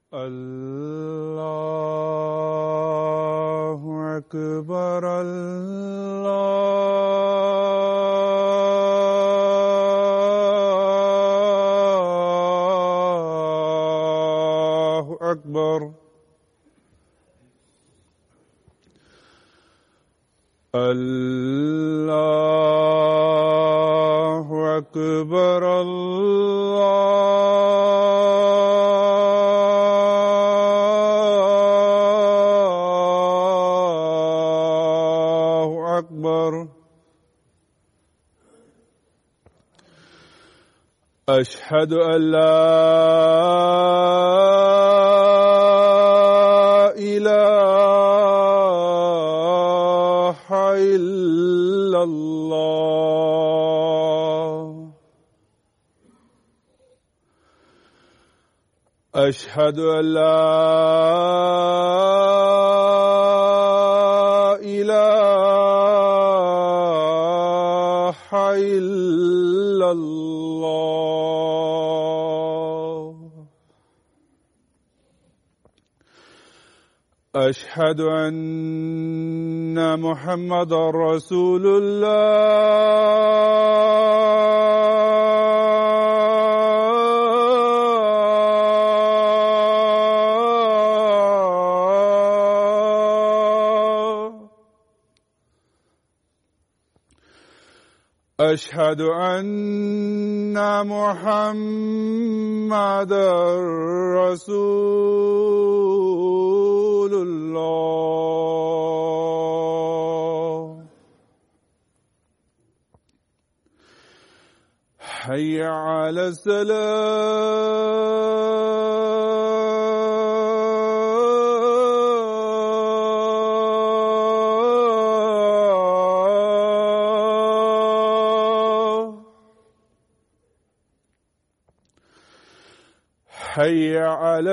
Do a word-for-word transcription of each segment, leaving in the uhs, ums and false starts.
الله أكبر الله أكبر الله أكبر الله أكبر أشهد أن لا إله إلا الله أشهد أن لا إله إلا الله أشهد أن محمدًا رسول الله أشهد أن محمدًا رسول الله حي على الصلاة حي على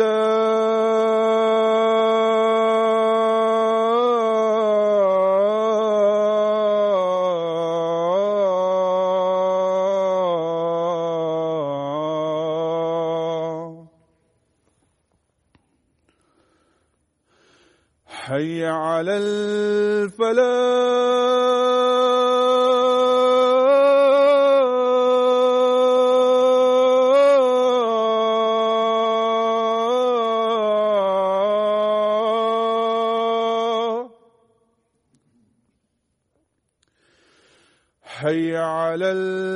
الصلاة حي على الفلاح حي على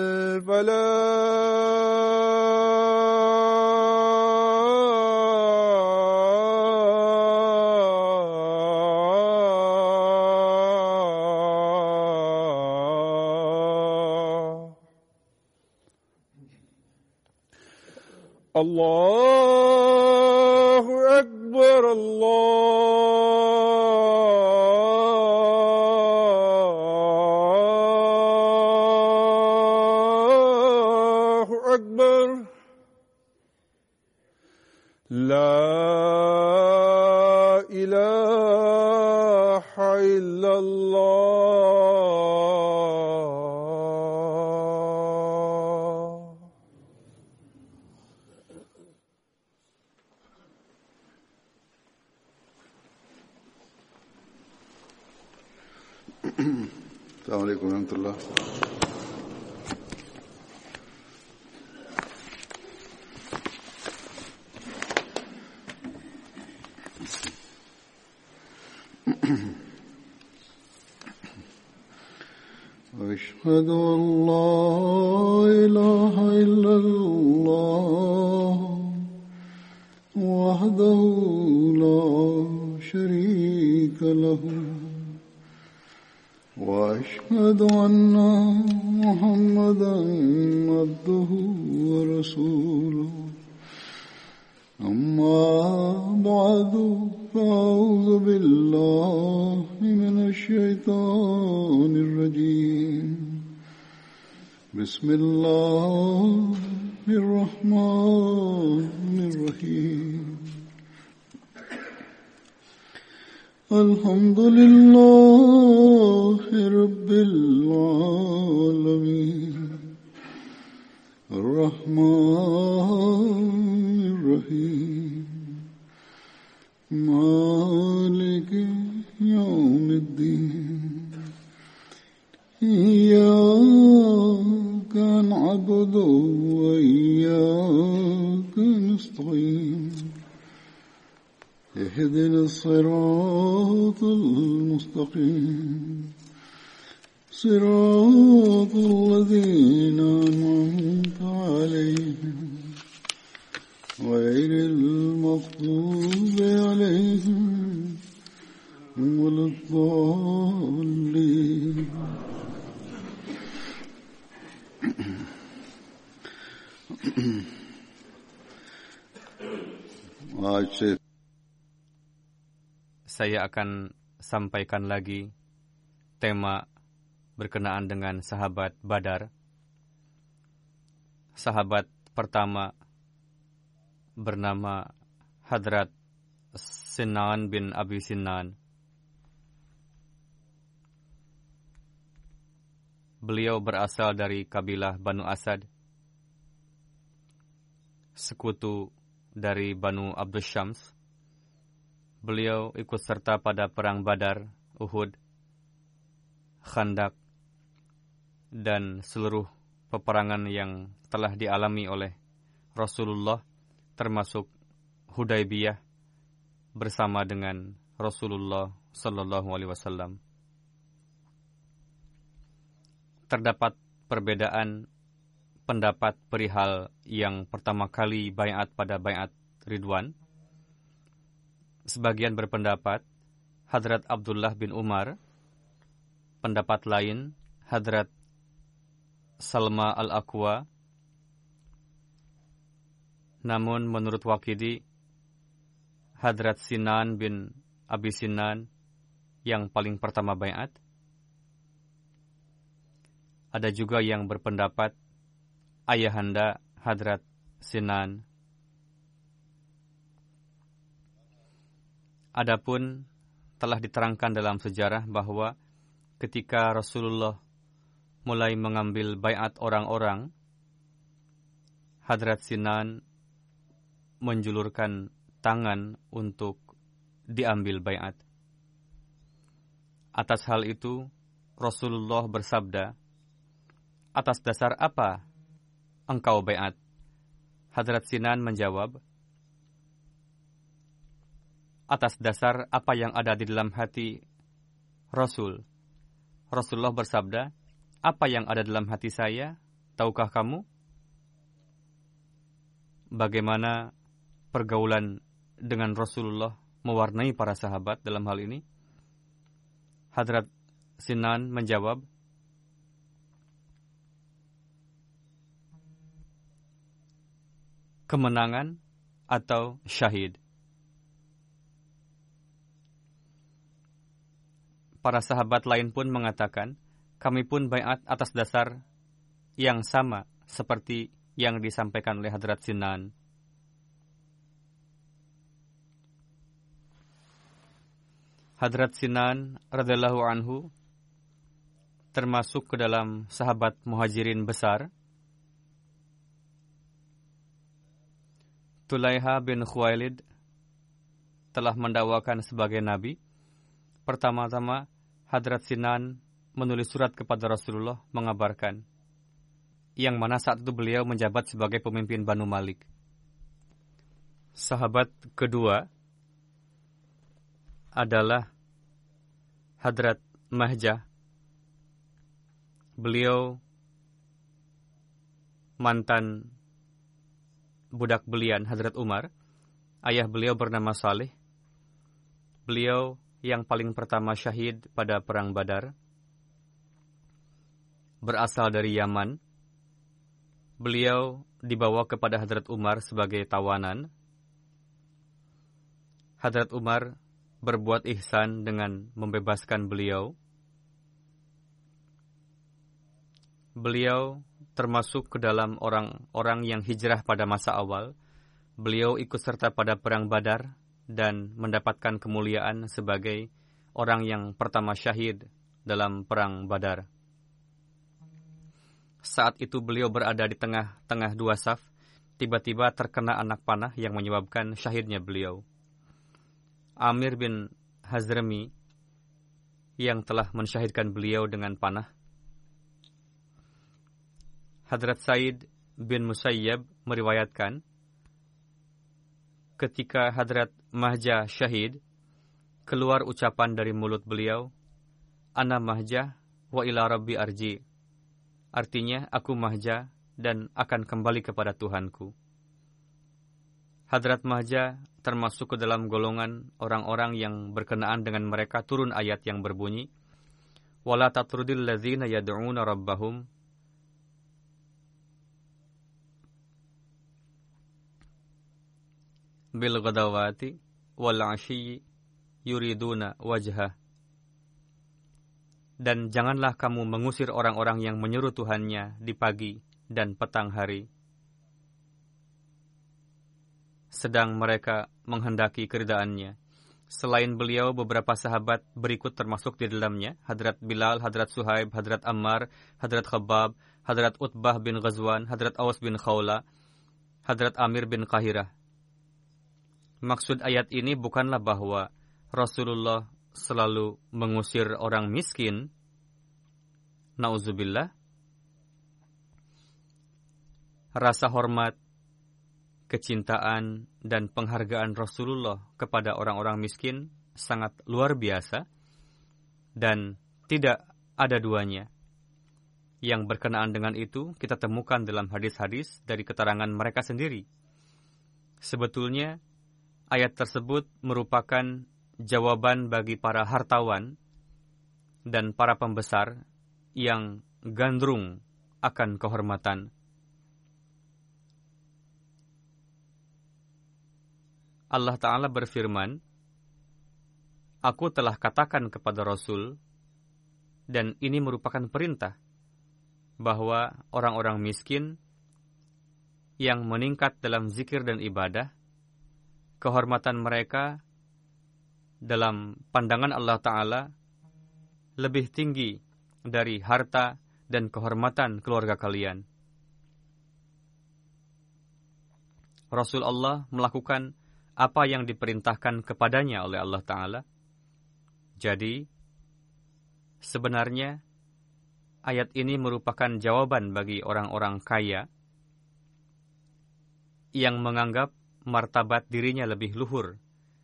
الفلاح الله أكبر الله أكبر لا إله إلا الله السلام عليكم ورحمة الله. أشهد أن لا إله إلا الله وحده لا شريك له وأشهد أن محمدًا عبده ورسوله أما بعد فأعوذ بالله من الشيطان الرجيم بسم الله الرحمن الرحيم الحمد لله رب العالمين الرحمن الرحيم إياك نعبد وإياك نستعين اهدنا الصراط المستقيم صراط الذين أنعمت عليهم غير المغضوب عليهم ولا الضالين. Saya akan sampaikan lagi tema berkenaan dengan sahabat Badar. Sahabat pertama bernama Hadrat Sinan bin Abi Sinan. Beliau berasal dari kabilah Banu Asad, sekutu dari Banu Abdus Syams. Beliau ikut serta pada perang Badar, Uhud, Khandak, dan seluruh peperangan yang telah dialami oleh Rasulullah, termasuk Hudaybiyah bersama dengan Rasulullah Sallallahu Alaihi Wasallam. Terdapat perbedaan pendapat perihal yang pertama kali baiat pada baiat Ridwan. Sebagian berpendapat Hadrat Abdullah bin Umar, pendapat lain Hadrat Salma al-Aqwa. Namun menurut Waqidi, Hadrat Sinan bin Abi Sinan yang paling pertama baiat. Ada juga yang berpendapat ayahanda Hadrat Sinan. Adapun telah diterangkan dalam sejarah bahwa ketika Rasulullah mulai mengambil baiat orang-orang, Hadrat Sinan menjulurkan tangan untuk diambil baiat. Atas hal itu, Rasulullah bersabda, "Atas dasar apa engkau baiat?" Hadrat Sinan menjawab, "Atas dasar apa yang ada di dalam hati Rasul." Rasulullah bersabda, "Apa yang ada dalam hati saya, tahukah kamu?" Bagaimana pergaulan dengan Rasulullah mewarnai para sahabat dalam hal ini? Hadrat Sinan menjawab, "Kemenangan atau syahid." Para sahabat lain pun mengatakan, kami pun baiat atas dasar yang sama seperti yang disampaikan oleh Hadrat Sinan. Hadrat Sinan radhiyallahu anhu termasuk ke dalam sahabat muhajirin besar. Tulaiha bin Khuwailid telah mendakwakan sebagai nabi. Pertama-tama Hadrat Sinan menulis surat kepada Rasulullah mengabarkan, yang mana saat itu beliau menjabat sebagai pemimpin Banu Malik. Sahabat kedua adalah Hadrat Mahjah. Beliau mantan budak belian Hadrat Umar. Ayah beliau bernama Saleh. Beliau yang paling pertama syahid pada perang Badar. Berasal dari Yaman. Beliau dibawa kepada Hadrat Umar sebagai tawanan. Hadrat Umar berbuat ihsan dengan membebaskan beliau. Beliau termasuk ke dalam orang-orang yang hijrah pada masa awal. Beliau ikut serta pada perang Badar dan mendapatkan kemuliaan sebagai orang yang pertama syahid dalam perang Badar. Saat itu beliau berada di tengah-tengah dua saf, tiba-tiba terkena anak panah yang menyebabkan syahidnya beliau. Amir bin Hazrami yang telah mensyahidkan beliau dengan panah Hadrat Said bin Musayyab meriwayatkan, ketika Hadrat Mahja syahid, keluar ucapan dari mulut beliau, Ana Mahja wa ila Rabbi arji. Artinya, aku Mahja dan akan kembali kepada Tuhanku. Hadrat Mahja termasuk ke dalam golongan orang-orang yang berkenaan dengan mereka turun ayat yang berbunyi, Wala tatrudil ladzina yad'una rabbahum bil ghadawati wal 'ashyi yuriduna wajhah. Dan janganlah kamu mengusir orang-orang yang menyeru Tuhannya di pagi dan petang hari, sedang mereka menghendaki keridhaannya. Selain beliau, beberapa sahabat berikut termasuk di dalamnya, Hadrat Bilal, Hadrat Suhaib, Hadrat Ammar, Hadrat Khabbab, Hadrat Utbah bin Ghazwan, Hadrat Awas bin Khawla, Hadrat Amir bin Qahirah. Maksud ayat ini bukanlah bahwa Rasulullah selalu mengusir orang miskin. Nauzubillah. Rasa hormat, kecintaan, dan penghargaan Rasulullah kepada orang-orang miskin sangat luar biasa dan tidak ada duanya. Yang berkenaan dengan itu kita temukan dalam hadis-hadis dari keterangan mereka sendiri. Sebetulnya, ayat tersebut merupakan jawaban bagi para hartawan dan para pembesar yang gandrung akan kehormatan. Allah Ta'ala berfirman, Aku telah katakan kepada Rasul, dan ini merupakan perintah, bahwa orang-orang miskin yang meningkat dalam zikir dan ibadah, kehormatan mereka dalam pandangan Allah Ta'ala lebih tinggi dari harta dan kehormatan keluarga kalian. Rasul Allah melakukan apa yang diperintahkan kepadanya oleh Allah Ta'ala. Jadi, sebenarnya ayat ini merupakan jawaban bagi orang-orang kaya yang menganggap martabat dirinya lebih luhur.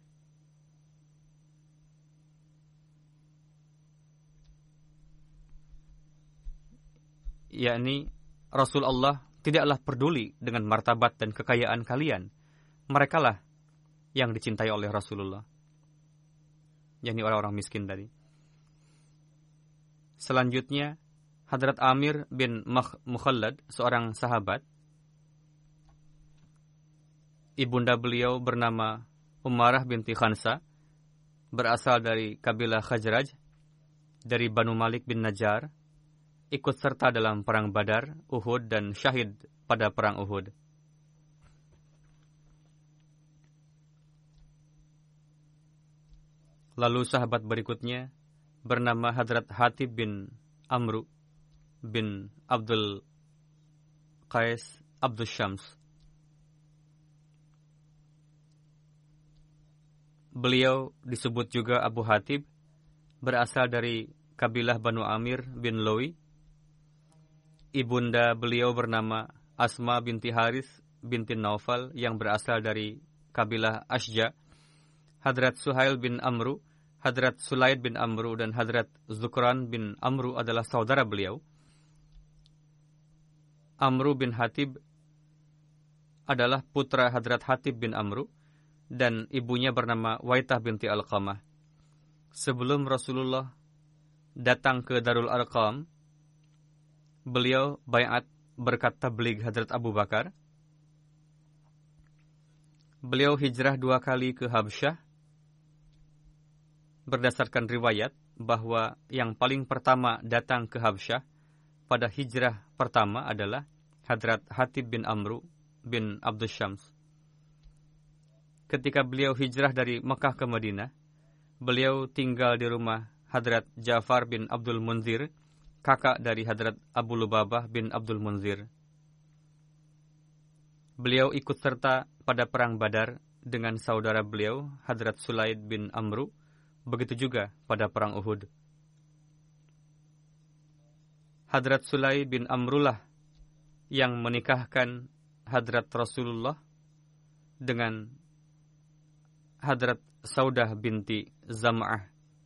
Yakni, Rasul Allah tidaklah peduli dengan martabat dan kekayaan kalian. Merekalah yang dicintai oleh Rasulullah, yakni orang-orang miskin tadi. Selanjutnya, Hadrat Amir bin Mukhallad, seorang sahabat, ibunda beliau bernama Umarah binti Khansa, berasal dari kabilah Khazraj, dari Banu Malik bin Najjar, ikut serta dalam perang Badar, Uhud, dan syahid pada perang Uhud. Lalu sahabat berikutnya bernama Hadrat Hatib bin Amru bin Abdul Qais Abdul Syams. Beliau disebut juga Abu Hatib, berasal dari kabilah Banu Amir bin Lowi. Ibunda beliau bernama Asma binti Haris binti Naufal yang berasal dari kabilah Ashja. Hadrat Suhail bin Amru, Hadrat Sulaid bin Amru, dan Hadrat Zukran bin Amru adalah saudara beliau. Amru bin Hatib adalah putra Hadrat Hatib bin Amru, dan ibunya bernama Waitah binti Alqamah. Sebelum Rasulullah datang ke Darul Arqam, beliau baiat berkat tabligh Hadrat Abu Bakar. Beliau hijrah dua kali ke Habsyah. Berdasarkan riwayat bahwa yang paling pertama datang ke Habsyah pada hijrah pertama adalah Hadrat Hatib bin Amru bin Abdul Syams. Ketika beliau hijrah dari Mekah ke Madinah, beliau tinggal di rumah Hadrat Ja'far bin Abdul Munzir, kakak dari Hadrat Abu Lubabah bin Abdul Munzir. Beliau ikut serta pada perang Badar dengan saudara beliau, Hadrat Sulaid bin Amru, begitu juga pada perang Uhud. Hadrat Sulaid bin Amrullah yang menikahkan Hadrat Rasulullah dengan Hadrat Saudah binti Zam'ah.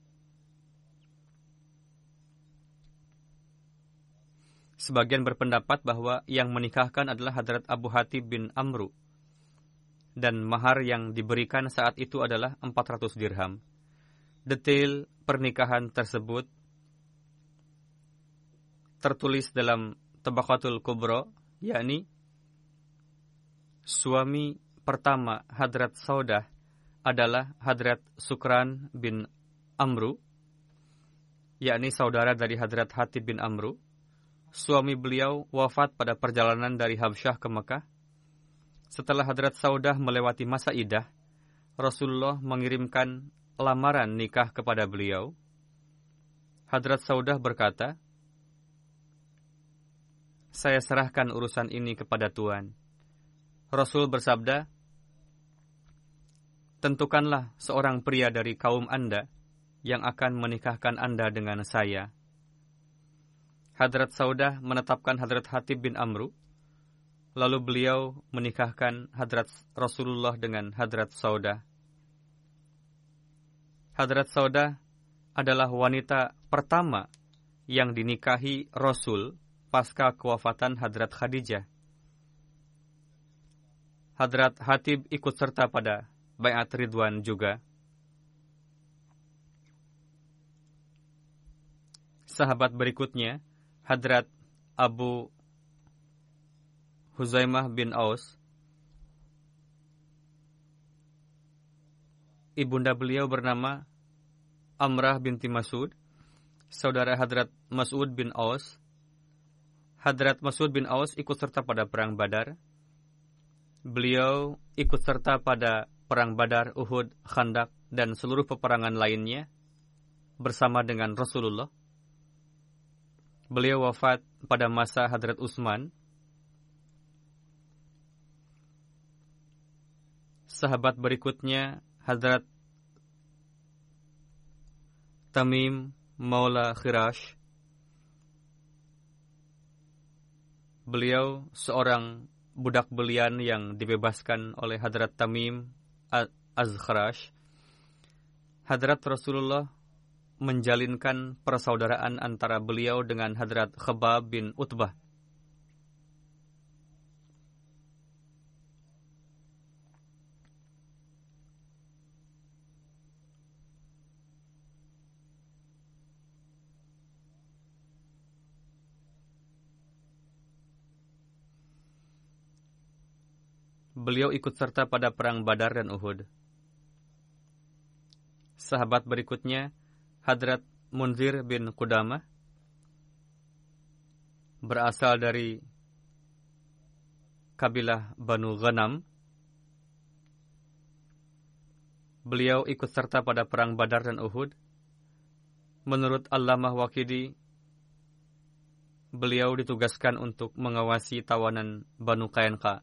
Sebagian berpendapat bahwa yang menikahkan adalah Hadrat Abu Hatib bin Amru, dan mahar yang diberikan saat itu adalah empat ratus dirham. Detail pernikahan tersebut tertulis dalam Tabaqatul Kubra, yakni suami pertama Hadrat Saudah adalah Hadrat Sukran bin Amru, yakni saudara dari Hadrat Hatib bin Amru. Suami beliau wafat pada perjalanan dari Habsyah ke Mekah. Setelah Hadrat Saudah melewati masa iddah, Rasulullah mengirimkan lamaran nikah kepada beliau. Hadrat Saudah berkata, "Saya serahkan urusan ini kepada Tuhan." Rasul bersabda, "Tentukanlah seorang pria dari kaum Anda yang akan menikahkan Anda dengan saya." Hadrat Saudah menetapkan Hadrat Hatib bin Amru, lalu beliau menikahkan Hadrat Rasulullah dengan Hadrat Saudah. Hadrat Saudah adalah wanita pertama yang dinikahi Rasul pasca kewafatan Hadrat Khadijah. Hadrat Hatib ikut serta pada Bai'at Ridwan juga. Sahabat berikutnya, Hadrat Abu Huzaimah bin Aus. Ibunda beliau bernama Amrah binti Mas'ud, saudara Hadrat Mas'ud bin Aus. Hadrat Mas'ud bin Aus ikut serta pada Perang Badar. Beliau ikut serta pada Perang Badar, Uhud, Khandaq, dan seluruh peperangan lainnya bersama dengan Rasulullah. Beliau wafat pada masa Hadrat Utsman. Sahabat berikutnya, Hadrat Tamim Maula Khirash. Beliau seorang budak belian yang dibebaskan oleh Hadrat Tamim Az-Khirash. Hadrat Rasulullah menjalinkan persaudaraan antara beliau dengan Hadrat Khabbab bin Utbah. Beliau ikut serta pada Perang Badar dan Uhud. Sahabat berikutnya, Hadrat Munzir bin Qudamah, berasal dari kabilah Banu Ghanam. Beliau ikut serta pada Perang Badar dan Uhud. Menurut Allamah Waqidi, beliau ditugaskan untuk mengawasi tawanan Banu Qainqa.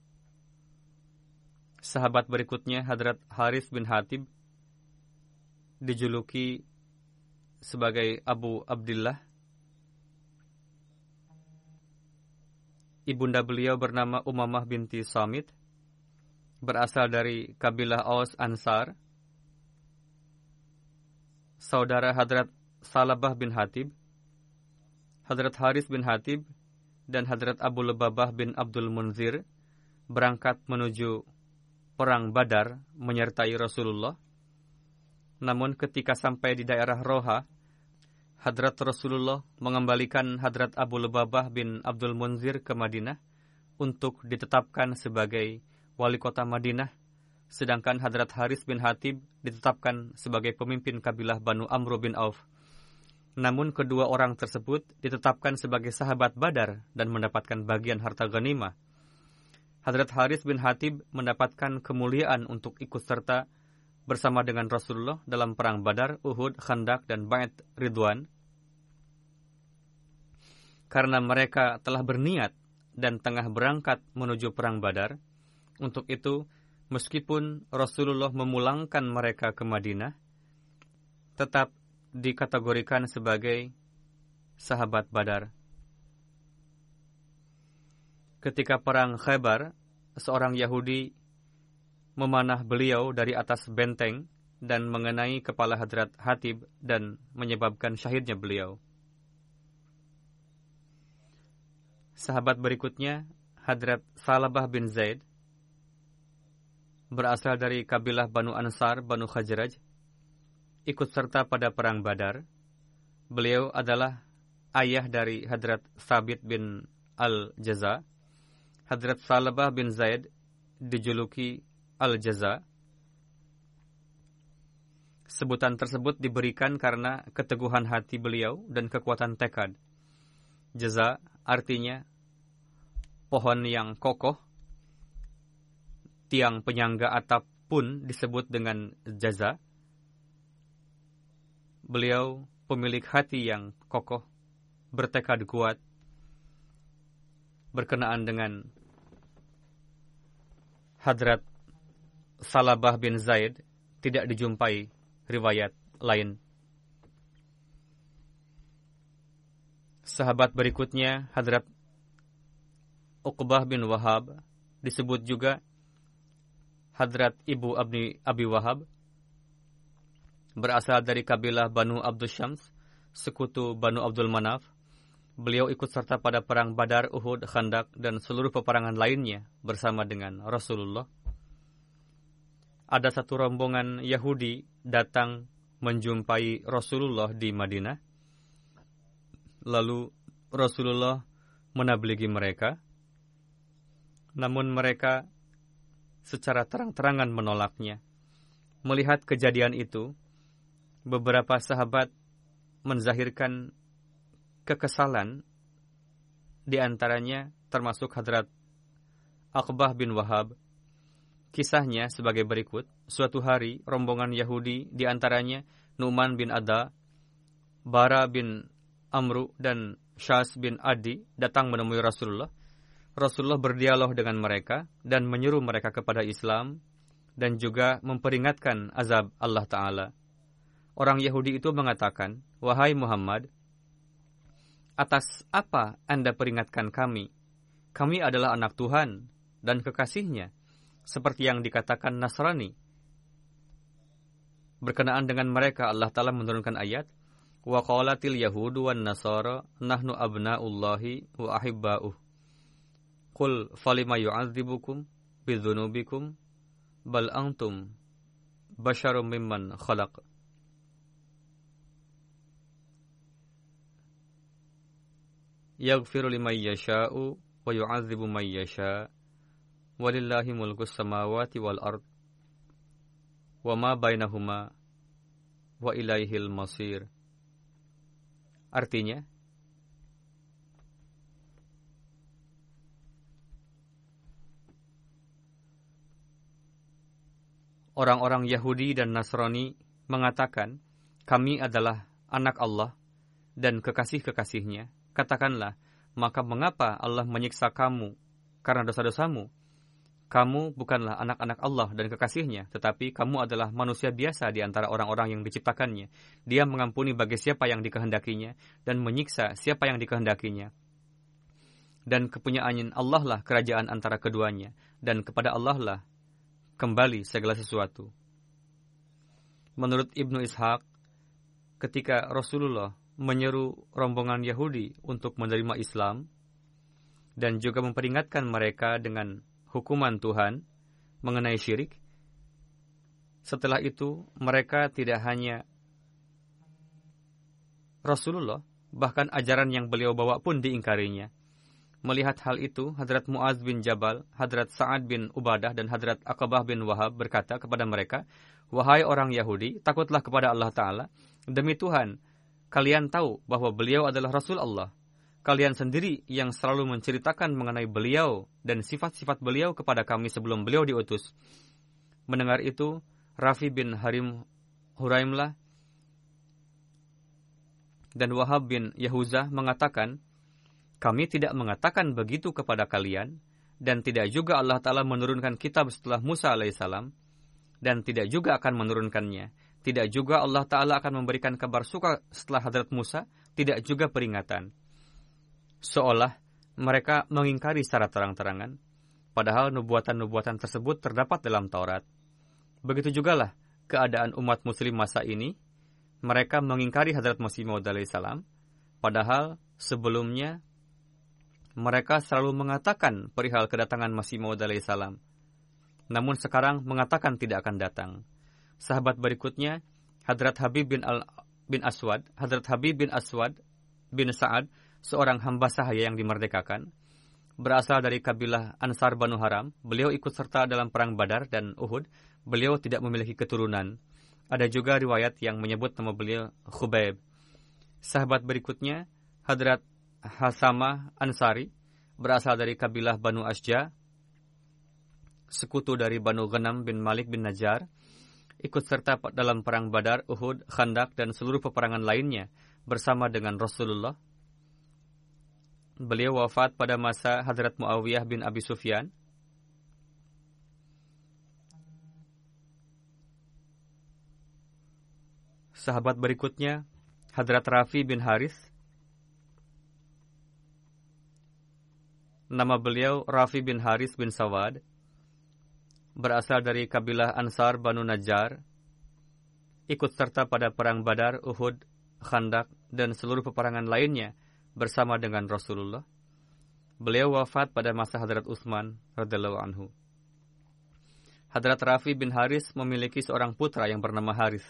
Sahabat berikutnya, Hadrat Haris bin Hatib, dijuluki sebagai Abu Abdillah. Ibunda beliau bernama Umamah binti Samit, berasal dari kabilah Aus Ansar. Saudara Hadrat Salabah bin Hatib, Hadrat Haris bin Hatib, dan Hadrat Abu Lubabah bin Abdul Munzir berangkat menuju Perang Badar menyertai Rasulullah. Namun ketika sampai di daerah Roha, Hadrat Rasulullah mengembalikan Hadrat Abu Lubabah bin Abdul Munzir ke Madinah untuk ditetapkan sebagai wali kota Madinah, sedangkan Hadrat Haris bin Hatib ditetapkan sebagai pemimpin kabilah Banu Amr bin Auf. Namun kedua orang tersebut ditetapkan sebagai sahabat Badar dan mendapatkan bagian harta ghanimah. Hadrat Haris bin Hatib mendapatkan kemuliaan untuk ikut serta bersama dengan Rasulullah dalam Perang Badar, Uhud, Khandaq, dan Bai'at Ridwan. Karena mereka telah berniat dan tengah berangkat menuju Perang Badar, untuk itu, meskipun Rasulullah memulangkan mereka ke Madinah, tetap dikategorikan sebagai sahabat Badar. Ketika perang Khaybar, seorang Yahudi memanah beliau dari atas benteng dan mengenai kepala Hadrat Hatib dan menyebabkan syahidnya beliau. Sahabat berikutnya, Hadrat Salabah bin Zaid, berasal dari kabilah Banu Ansar, Banu Khazraj, ikut serta pada perang Badar. Beliau adalah ayah dari Hadrat Sabit bin Al-Jaza. Hadrat Salabah bin Zaid dijuluki Al-Jaza. Sebutan tersebut diberikan karena keteguhan hati beliau dan kekuatan tekad. Jaza artinya pohon yang kokoh. Tiang penyangga atap pun disebut dengan jaza. Beliau pemilik hati yang kokoh, bertekad kuat, berkenaan dengan Hadrat Salabah bin Zaid tidak dijumpai riwayat lain. Sahabat berikutnya, Hadrat Uqbah bin Wahab, disebut juga Hadrat Ibu Abi, Abi Wahab, berasal dari kabilah Banu Abdul Syams, sekutu Banu Abdul Manaf. Beliau ikut serta pada perang Badar, Uhud, Khandak, dan seluruh peperangan lainnya bersama dengan Rasulullah. Ada satu rombongan Yahudi datang menjumpai Rasulullah di Madinah. Lalu Rasulullah menabligi mereka. Namun mereka secara terang-terangan menolaknya. Melihat kejadian itu, beberapa sahabat menzahirkan kekesalan, di antaranya termasuk Hadrat Uqbah bin Wahab. Kisahnya sebagai berikut. Suatu hari, rombongan Yahudi, di antaranya Nu'man bin Adha, Bara bin Amru, dan Syas bin Adi, datang menemui Rasulullah. Rasulullah berdialog dengan mereka dan menyuruh mereka kepada Islam dan juga memperingatkan azab Allah Ta'ala. Orang Yahudi itu mengatakan, "Wahai Muhammad, atas apa Anda peringatkan kami? Kami adalah anak Tuhan dan kekasihnya, seperti yang dikatakan Nasrani." Berkenaan dengan mereka, Allah Ta'ala menurunkan ayat, "Wa qalatil yahudu wan nasara nahnu abna'ullahi wa ahibba'uh. Qul falima yu'adzibukum bidzunubikum bal antum basyarum mimman khalaq." Yaghfiru liman yasha'u wa yu'adzibu man yasha' walillahi mulkus samawati wal ard wa ma bainahuma wa ilaihil masir. Artinya, orang-orang Yahudi dan Nasrani mengatakan, kami adalah anak Allah dan kekasih-kekasihnya. Katakanlah, maka mengapa Allah menyiksa kamu karena dosa-dosamu? Kamu bukanlah anak-anak Allah dan kekasihnya, tetapi kamu adalah manusia biasa di antara orang-orang yang diciptakannya. Dia mengampuni bagi siapa yang dikehendakinya dan menyiksa siapa yang dikehendakinya. Dan kepunyaan Allah lah kerajaan antara keduanya, dan kepada Allah lah kembali segala sesuatu. Menurut Ibnu Ishaq, ketika Rasulullah menyeru rombongan Yahudi untuk menerima Islam dan juga memperingatkan mereka dengan hukuman Tuhan mengenai syirik, setelah itu mereka tidak hanya Rasulullah, bahkan ajaran yang beliau bawa pun diingkarinya. Melihat hal itu, Hadrat Mu'az bin Jabal, Hadrat Sa'ad bin Ubadah, dan Hadrat Aqbah bin Wahab berkata kepada mereka, "Wahai orang Yahudi, takutlah kepada Allah Ta'ala. Demi Tuhan, kalian tahu bahwa beliau adalah Rasul Allah. Kalian sendiri yang selalu menceritakan mengenai beliau dan sifat-sifat beliau kepada kami sebelum beliau diutus." Mendengar itu, Rafi bin Harim Huraimlah dan Wahab bin Yahuzah mengatakan, "Kami tidak mengatakan begitu kepada kalian, dan tidak juga Allah Ta'ala menurunkan kitab setelah Musa alaihissalam, dan tidak juga akan menurunkannya. Tidak juga Allah Ta'ala akan memberikan kabar suka setelah Hadrat Musa, tidak juga peringatan. Seolah mereka mengingkari secara terang-terangan, padahal nubuatan-nubuatan tersebut terdapat dalam Taurat. Begitu jugalah keadaan umat muslim masa ini, mereka mengingkari Hadrat Masih Maud alaihissalam, padahal sebelumnya mereka selalu mengatakan perihal kedatangan Masih Maud alaihissalam, namun sekarang mengatakan tidak akan datang. Sahabat berikutnya, Hadrat Habib bin, Al, bin Aswad, Hadrat Habib bin Aswad bin Sa'ad, seorang hamba sahaya yang dimerdekakan, berasal dari kabilah Ansar Banu Haram. Beliau ikut serta dalam perang Badar dan Uhud. Beliau tidak memiliki keturunan. Ada juga riwayat yang menyebut nama beliau Khubayb. Sahabat berikutnya, Hadrat Hasamah Ansari, berasal dari kabilah Banu Asja, sekutu dari Banu Ghanam bin Malik bin Najjar, ikut serta dalam perang Badar, Uhud, Khandak, dan seluruh peperangan lainnya bersama dengan Rasulullah. Beliau wafat pada masa Hadrat Muawiyah bin Abi Sufyan. Sahabat berikutnya, Hadrat Rafi bin Haris. Nama beliau Rafi bin Haris bin Sawad. Berasal dari kabilah Ansar Banu Najjar. Ikut serta pada perang Badar, Uhud, Khandak, dan seluruh peperangan lainnya bersama dengan Rasulullah. Beliau wafat pada masa Hadrat Utsman radhiyallahu anhu. Hadrat Rafi bin Haris memiliki seorang putra yang bernama Haris.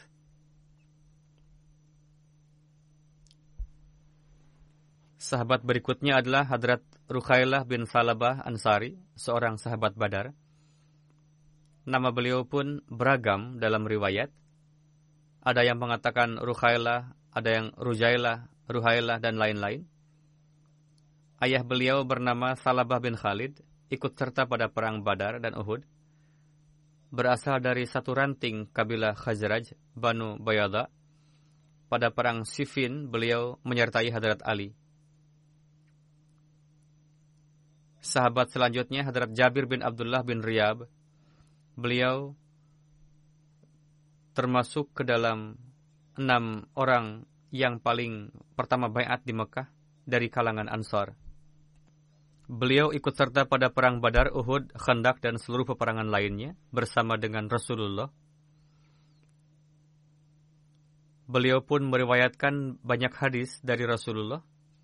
Sahabat berikutnya adalah Hadrat Rukhailah bin Salabah Ansari, seorang sahabat Badar. Nama beliau pun beragam dalam riwayat. Ada yang mengatakan Rukhailah, ada yang Rujailah, Ruhailah, dan lain-lain. Ayah beliau bernama Salabah bin Khalid, ikut serta pada perang Badar dan Uhud. Berasal dari satu ranting kabilah Khazraj, Banu Bayada. Pada perang Siffin, beliau menyertai Hadrat Ali. Sahabat selanjutnya, Hadrat Jabir bin Abdullah bin Riyab. Beliau termasuk ke dalam enam orang yang paling pertama baiat di Mekah dari kalangan Ansar. Beliau ikut serta pada perang Badar, Uhud, Khandak, dan seluruh peperangan lainnya bersama dengan Rasulullah. Beliau pun meriwayatkan banyak hadis dari Rasulullah.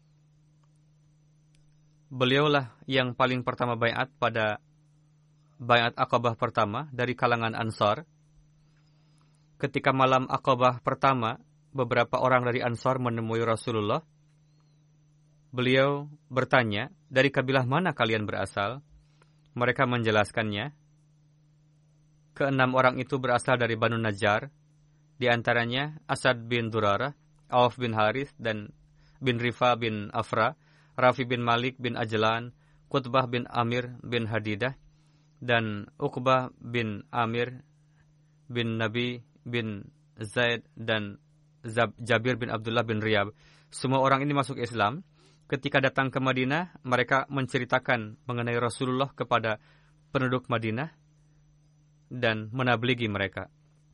Beliaulah yang paling pertama baiat pada baiat Aqabah pertama dari kalangan Ansar. Ketika malam Aqabah pertama, beberapa orang dari Ansar menemui Rasulullah. Beliau bertanya, dari kabilah mana kalian berasal? Mereka menjelaskannya. Keenam orang itu berasal dari Banu Najjar, di antaranya Asad bin Durarah, Auf bin Harith, dan bin Rifa bin Afra, Rafi bin Malik bin Ajlan, Qutbah bin Amir bin Hadidah, dan Uqbah bin Amir bin Nabi bin Zaid, dan Jabir bin Abdullah bin Riyab. Semua orang ini masuk Islam. Ketika datang ke Madinah, mereka menceritakan mengenai Rasulullah kepada penduduk Madinah dan menabligi mereka.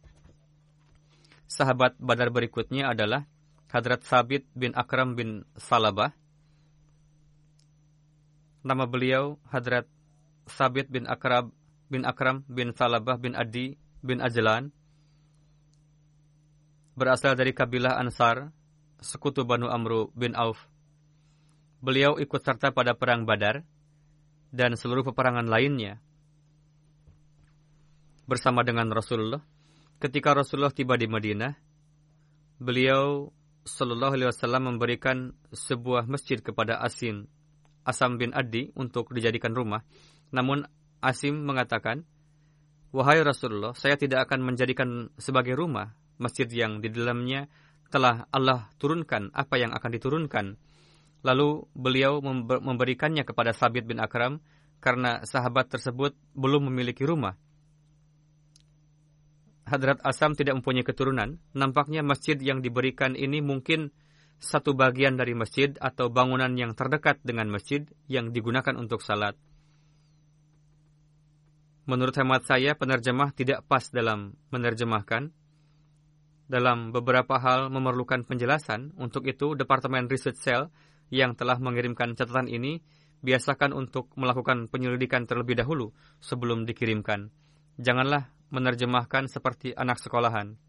Sahabat Badar berikutnya adalah Hadrat Sabit bin Akram bin Salabah. Nama beliau Hadrat Sabit bin Akram bin Akram bin Salabah bin Adi bin Ajlan. Berasal dari kabilah Ansar, sekutu Banu Amru bin Auf. Beliau ikut serta pada perang Badar dan seluruh peperangan lainnya bersama dengan Rasulullah. Ketika Rasulullah tiba di Madinah, beliau sallallahu alaihi wasallam memberikan sebuah masjid kepada Asim, Asam bin Adi untuk dijadikan rumah. Namun Asim mengatakan, "Wahai Rasulullah, saya tidak akan menjadikan sebagai rumah masjid yang di dalamnya telah Allah turunkan apa yang akan diturunkan." Lalu beliau memberikannya kepada Sabit bin Akram karena sahabat tersebut belum memiliki rumah. Hadrat Asam tidak mempunyai keturunan. Nampaknya masjid yang diberikan ini mungkin satu bagian dari masjid atau bangunan yang terdekat dengan masjid yang digunakan untuk salat. Menurut hemat saya, penerjemah tidak pas dalam menerjemahkan. Dalam beberapa hal memerlukan penjelasan. Untuk itu, Departemen Research Cell yang telah mengirimkan catatan ini biasakan untuk melakukan penyelidikan terlebih dahulu sebelum dikirimkan. Janganlah menerjemahkan seperti anak sekolahan.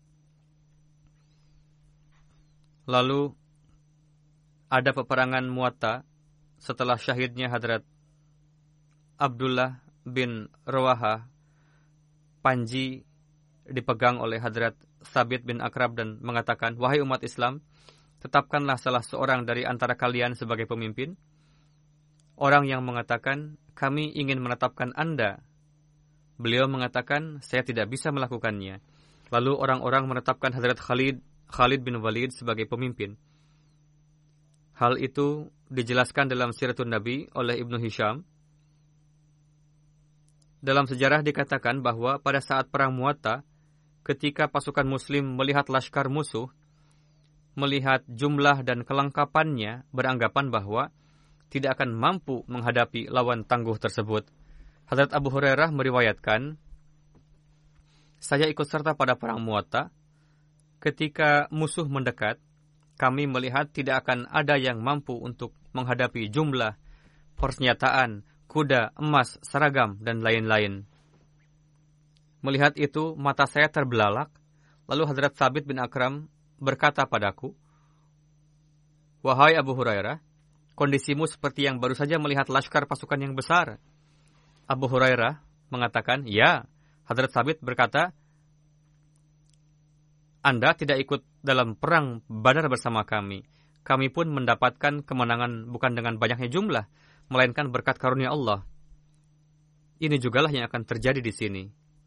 Lalu ada peperangan Mu'atta setelah syahidnya Hadrat Abdullah bin Rawaha. Panji dipegang oleh Hadrat Sabit bin Akrab dan mengatakan, "Wahai umat Islam, tetapkanlah salah seorang dari antara kalian sebagai pemimpin." Orang yang mengatakan, "Kami ingin menetapkan Anda." Beliau mengatakan, "Saya tidak bisa melakukannya." Lalu orang-orang menetapkan Hadrat Khalid, Khalid bin Walid sebagai pemimpin. Hal itu dijelaskan dalam Siratun Nabi oleh Ibnu Hisham. Dalam sejarah dikatakan bahwa pada saat Perang Mu'atta, ketika pasukan Muslim melihat laskar musuh, melihat jumlah dan kelengkapannya, beranggapan bahwa tidak akan mampu menghadapi lawan tangguh tersebut. Hadrat Abu Hurairah meriwayatkan, "Saya ikut serta pada Perang Mu'atta. Ketika musuh mendekat, kami melihat tidak akan ada yang mampu untuk menghadapi jumlah, persenjataan, kuda, emas, seragam, dan lain-lain. Melihat itu, mata saya terbelalak. Lalu Hadrat Sabit bin Akram berkata padaku, 'Wahai Abu Hurairah, kondisimu seperti yang baru saja melihat laskar pasukan yang besar.' Abu Hurairah mengatakan, 'Ya.' Hadrat Sabit berkata, 'Anda tidak ikut dalam perang Badar bersama kami. Kami pun mendapatkan kemenangan bukan dengan banyaknya jumlah, melainkan berkat karunia Allah. Ini jugalah yang akan terjadi di sini.'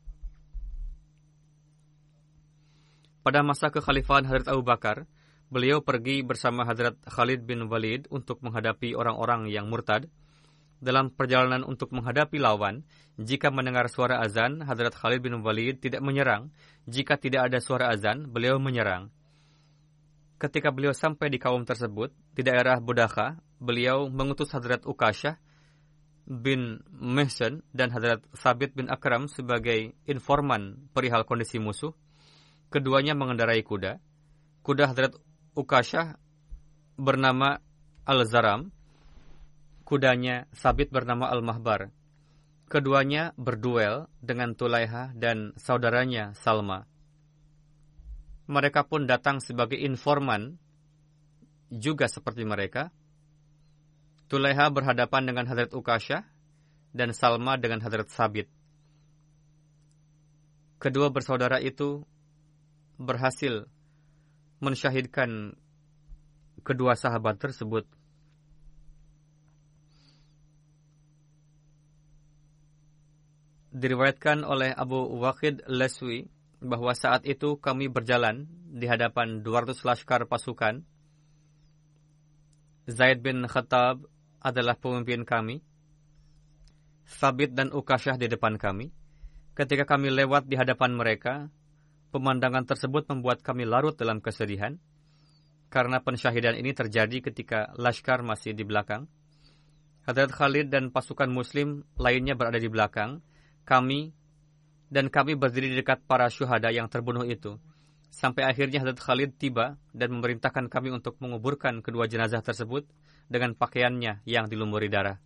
Pada masa kekhalifahan Hadrat Abu Bakar, beliau pergi bersama Hadrat Khalid bin Walid untuk menghadapi orang-orang yang murtad. Dalam perjalanan untuk menghadapi lawan, jika mendengar suara azan, Hadrat Khalid bin Walid tidak menyerang. Jika tidak ada suara azan, beliau menyerang. Ketika beliau sampai di kaum tersebut, di daerah Budakha, beliau mengutus Hadrat Ukasyah bin Mihsan dan Hadrat Sabit bin Akram sebagai informan perihal kondisi musuh. Keduanya mengendarai kuda. Kuda Hadrat Ukasyah bernama Al-Zaram. Kudanya Sabit bernama Al-Mahbar. Keduanya berduel dengan Tulaiha dan saudaranya Salma. Mereka pun datang sebagai informan, juga seperti mereka. Tulaiha berhadapan dengan Hadrat Ukasyah dan Salma dengan Hadrat Sabit. Kedua bersaudara itu berhasil mensyahidkan kedua sahabat tersebut. Diriwayatkan oleh Abu Waqid Leswi bahwa saat itu kami berjalan di hadapan dua ratus laskar pasukan. Zaid bin Khattab adalah pemimpin kami. Sabit dan Ukasyah di depan kami. Ketika kami lewat di hadapan mereka, pemandangan tersebut membuat kami larut dalam kesedihan, karena pensyahidan ini terjadi ketika laskar masih di belakang. Hadrat Khalid dan pasukan Muslim lainnya berada di belakang. Kami dan kami berdiri di dekat para syuhada yang terbunuh itu. Sampai akhirnya Hadrat Khalid tiba dan memerintahkan kami untuk menguburkan kedua jenazah tersebut dengan pakaiannya yang dilumuri darah.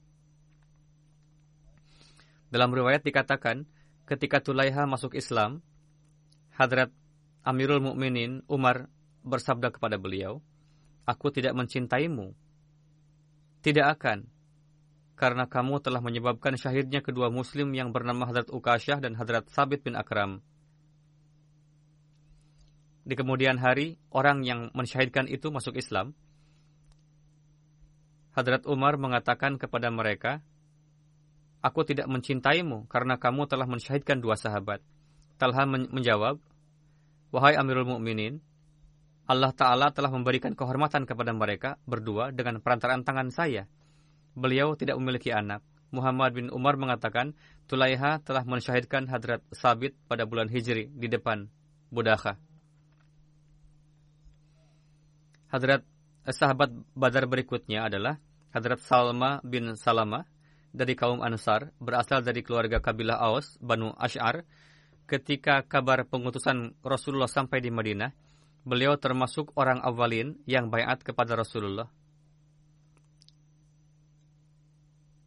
Dalam riwayat dikatakan, ketika Tulaiha masuk Islam, Hadrat Amirul Mukminin Umar bersabda kepada beliau, "Aku tidak mencintaimu." "Tidak akan, karena kamu telah menyebabkan syahidnya kedua muslim yang bernama Hadrat Ukasyah dan Hadrat Sabit bin Akram." Di kemudian hari, orang yang mensyahidkan itu masuk Islam. Hadrat Umar mengatakan kepada mereka, "Aku tidak mencintaimu karena kamu telah mensyahidkan dua sahabat." Talha men- menjawab, "Wahai Amirul Mukminin, Allah Ta'ala telah memberikan kehormatan kepada mereka berdua dengan perantaraan tangan saya. Beliau tidak memiliki anak." Muhammad bin Umar mengatakan, Tulaiha telah mensyahidkan Hadrat Sabit pada bulan Hijri di depan Budakha. Hadrat sahabat Badar berikutnya adalah Hadrat Salma bin Salama dari kaum Ansar, berasal dari keluarga kabilah Aus, Banu Ash'ar. Ketika kabar pengutusan Rasulullah sampai di Madinah, beliau termasuk orang awalin yang baiat kepada Rasulullah.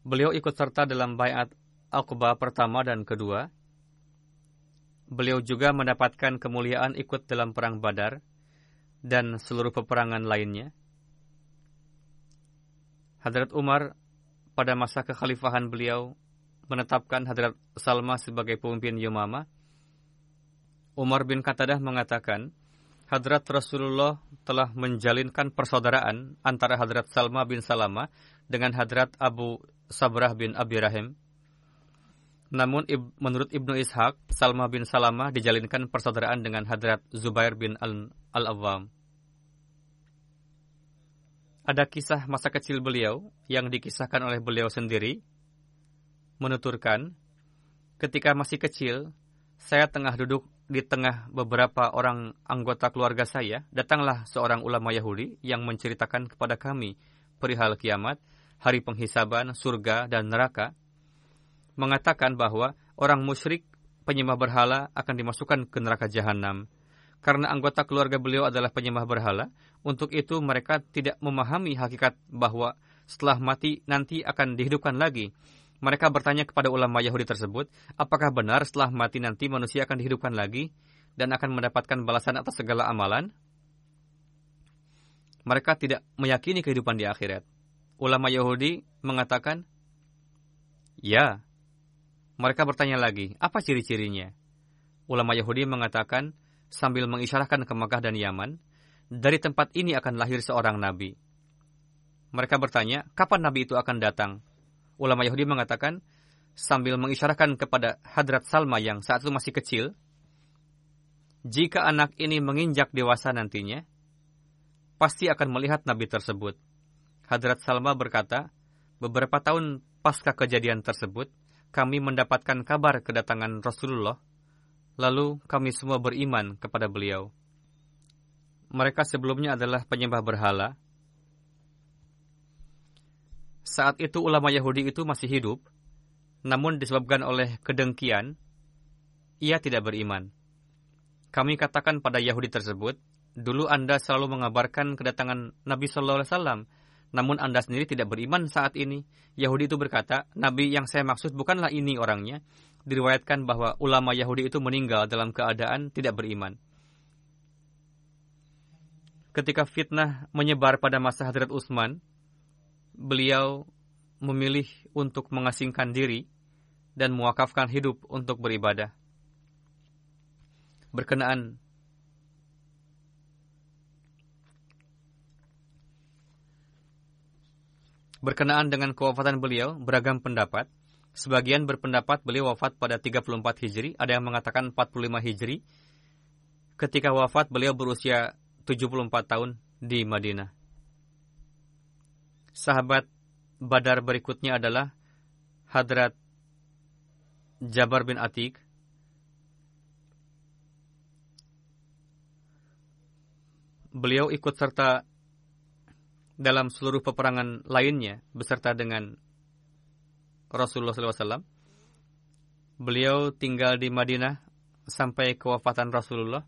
Beliau ikut serta dalam Baiat Aqabah pertama dan kedua. Beliau juga mendapatkan kemuliaan ikut dalam Perang Badar dan seluruh peperangan lainnya. Hadrat Umar pada masa kekhalifahan beliau menetapkan Hadrat Salma sebagai pemimpin Yamamah. Umar bin Qatadah mengatakan, Hadrat Rasulullah telah menjalinkan persaudaraan antara Hadrat Salma bin Salama dengan Hadrat Abu Sabrah bin Abi Rahim. Namun ib, menurut Ibnu Ishaq, Salma bin Salama dijalinkan persaudaraan dengan Hadrat Zubair bin Al-Awwam. Ada kisah masa kecil beliau yang dikisahkan oleh beliau sendiri, menuturkan, ketika masih kecil, saya tengah duduk di tengah beberapa orang anggota keluarga saya, datanglah seorang ulama Yahudi yang menceritakan kepada kami perihal kiamat, hari penghisaban, surga, dan neraka, mengatakan bahwa orang musyrik penyembah berhala akan dimasukkan ke neraka jahanam. Karena anggota keluarga beliau adalah penyembah berhala, untuk itu mereka tidak memahami hakikat bahwa setelah mati nanti akan dihidupkan lagi. Mereka bertanya kepada ulama Yahudi tersebut, apakah benar setelah mati nanti manusia akan dihidupkan lagi dan akan mendapatkan balasan atas segala amalan? Mereka tidak meyakini kehidupan di akhirat. Ulama Yahudi mengatakan, ya. Mereka bertanya lagi, apa ciri-cirinya? Ulama Yahudi mengatakan, sambil mengisyarahkan ke Makkah dan Yaman, dari tempat ini akan lahir seorang nabi. Mereka bertanya, kapan nabi itu akan datang? Ulama Yahudi mengatakan, sambil mengisyarahkan kepada Hadrat Salma yang saat itu masih kecil, jika anak ini menginjak dewasa nantinya, pasti akan melihat nabi tersebut. Hadrat Salma berkata, beberapa tahun pasca kejadian tersebut, kami mendapatkan kabar kedatangan Rasulullah, lalu kami semua beriman kepada beliau. Mereka sebelumnya adalah penyembah berhala. Saat itu ulama Yahudi itu masih hidup, namun disebabkan oleh kedengkian, ia tidak beriman. Kami katakan pada Yahudi tersebut, dulu Anda selalu mengabarkan kedatangan Nabi Sallallahu Alaihi Wasallam, namun Anda sendiri tidak beriman saat ini. Yahudi itu berkata, Nabi yang saya maksud bukanlah ini orangnya. Diriwayatkan bahwa ulama Yahudi itu meninggal dalam keadaan tidak beriman. Ketika fitnah menyebar pada masa Hadrat Utsman, beliau memilih untuk mengasingkan diri dan mewakafkan hidup untuk beribadah. Berkenaan Berkenaan dengan kewafatan beliau, beragam pendapat. Sebagian berpendapat beliau wafat pada tiga puluh empat Hijri, ada yang mengatakan empat puluh lima Hijri. Ketika wafat, beliau berusia tujuh puluh empat tahun di Madinah. Sahabat Badar berikutnya adalah Hadrat Jabar bin Atiq. Beliau ikut serta dalam seluruh peperangan lainnya beserta dengan Rasulullah shallallahu alaihi wasallam. Beliau tinggal di Madinah sampai kewafatan Rasulullah.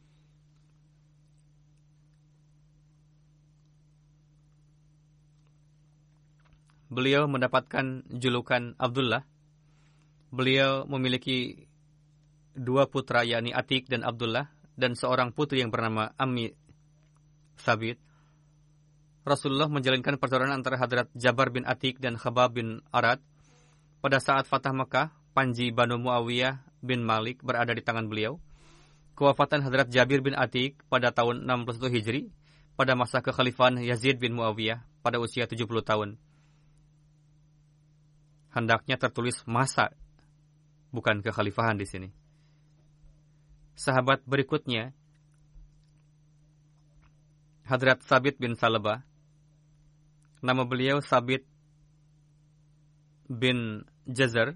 Beliau mendapatkan julukan Abdullah. Beliau memiliki dua putra, yakni Atiq dan Abdullah, dan seorang putri yang bernama Ammi Sabit. Rasulullah menjalinkan persaudaraan antara Hadrat Jabar bin Atiq dan Khabab bin Arad. Pada saat Fatah Makkah, Panji Banu Muawiyah bin Malik berada di tangan beliau. Kewafatan Hadrat Jabir bin Atiq pada tahun enam puluh satu Hijri, pada masa kekhalifahan Yazid bin Muawiyah pada usia tujuh puluh tahun. Hendaknya tertulis masa, bukan kekhalifahan di sini. Sahabat berikutnya, Hadrat Sabit bin Salabah. Nama beliau Sabit bin Jazar.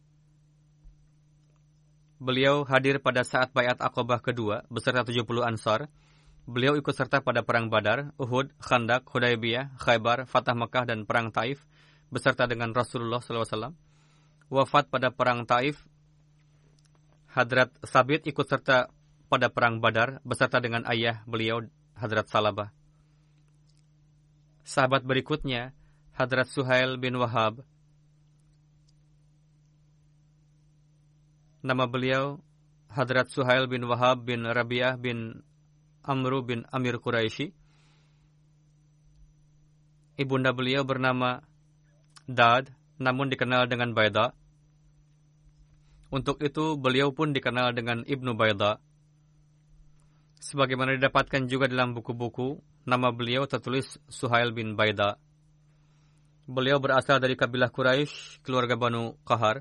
Beliau hadir pada saat Baiat Aqabah kedua beserta tujuh puluh Ansar. Beliau ikut serta pada Perang Badar, Uhud, Khandak, Hudaybiyah, Khaybar, Fatah Makkah, dan Perang Taif beserta dengan Rasulullah shallallahu alaihi wasallam. Wafat pada Perang Taif. Hadrat Sabit ikut serta pada Perang Badar beserta dengan ayah beliau, Hadrat Salabah. Sahabat berikutnya, Hadrat Suhail bin Wahab. Nama beliau Hadrat Suhail bin Wahab bin Rabi'ah bin Amru bin Amir Quraisy. Ibunda beliau bernama Dad, namun dikenal dengan Baida. Untuk itu beliau pun dikenal dengan Ibnu Baida. Sebagaimana didapatkan juga dalam buku-buku, nama beliau tertulis Suhail bin Baida. Beliau berasal dari kabilah Quraisy, keluarga Banu Qahar.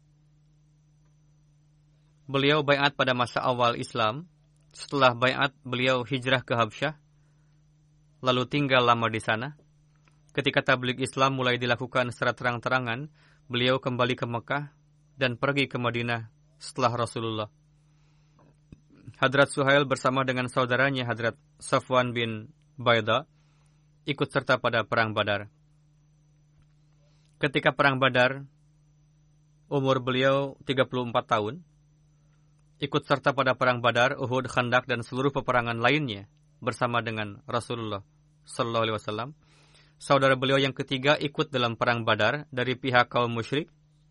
Beliau baiat pada masa awal Islam. Setelah baiat, beliau hijrah ke Habsyah, lalu tinggal lama di sana. Ketika tabligh Islam mulai dilakukan secara terang-terangan, beliau kembali ke Mekah dan pergi ke Madinah setelah Rasulullah. Hadrat Suhail bersama dengan saudaranya Hadrat Safwan bin Baida ikut serta pada Perang Badar. Ketika Perang Badar, umur beliau tiga puluh empat tahun. Ikut serta pada Perang Badar, Uhud, Khandak, dan seluruh peperangan lainnya bersama dengan Rasulullah Sallallahu Alaihi Wasallam. Saudara beliau yang ketiga ikut dalam Perang Badar dari pihak kaum musyrik.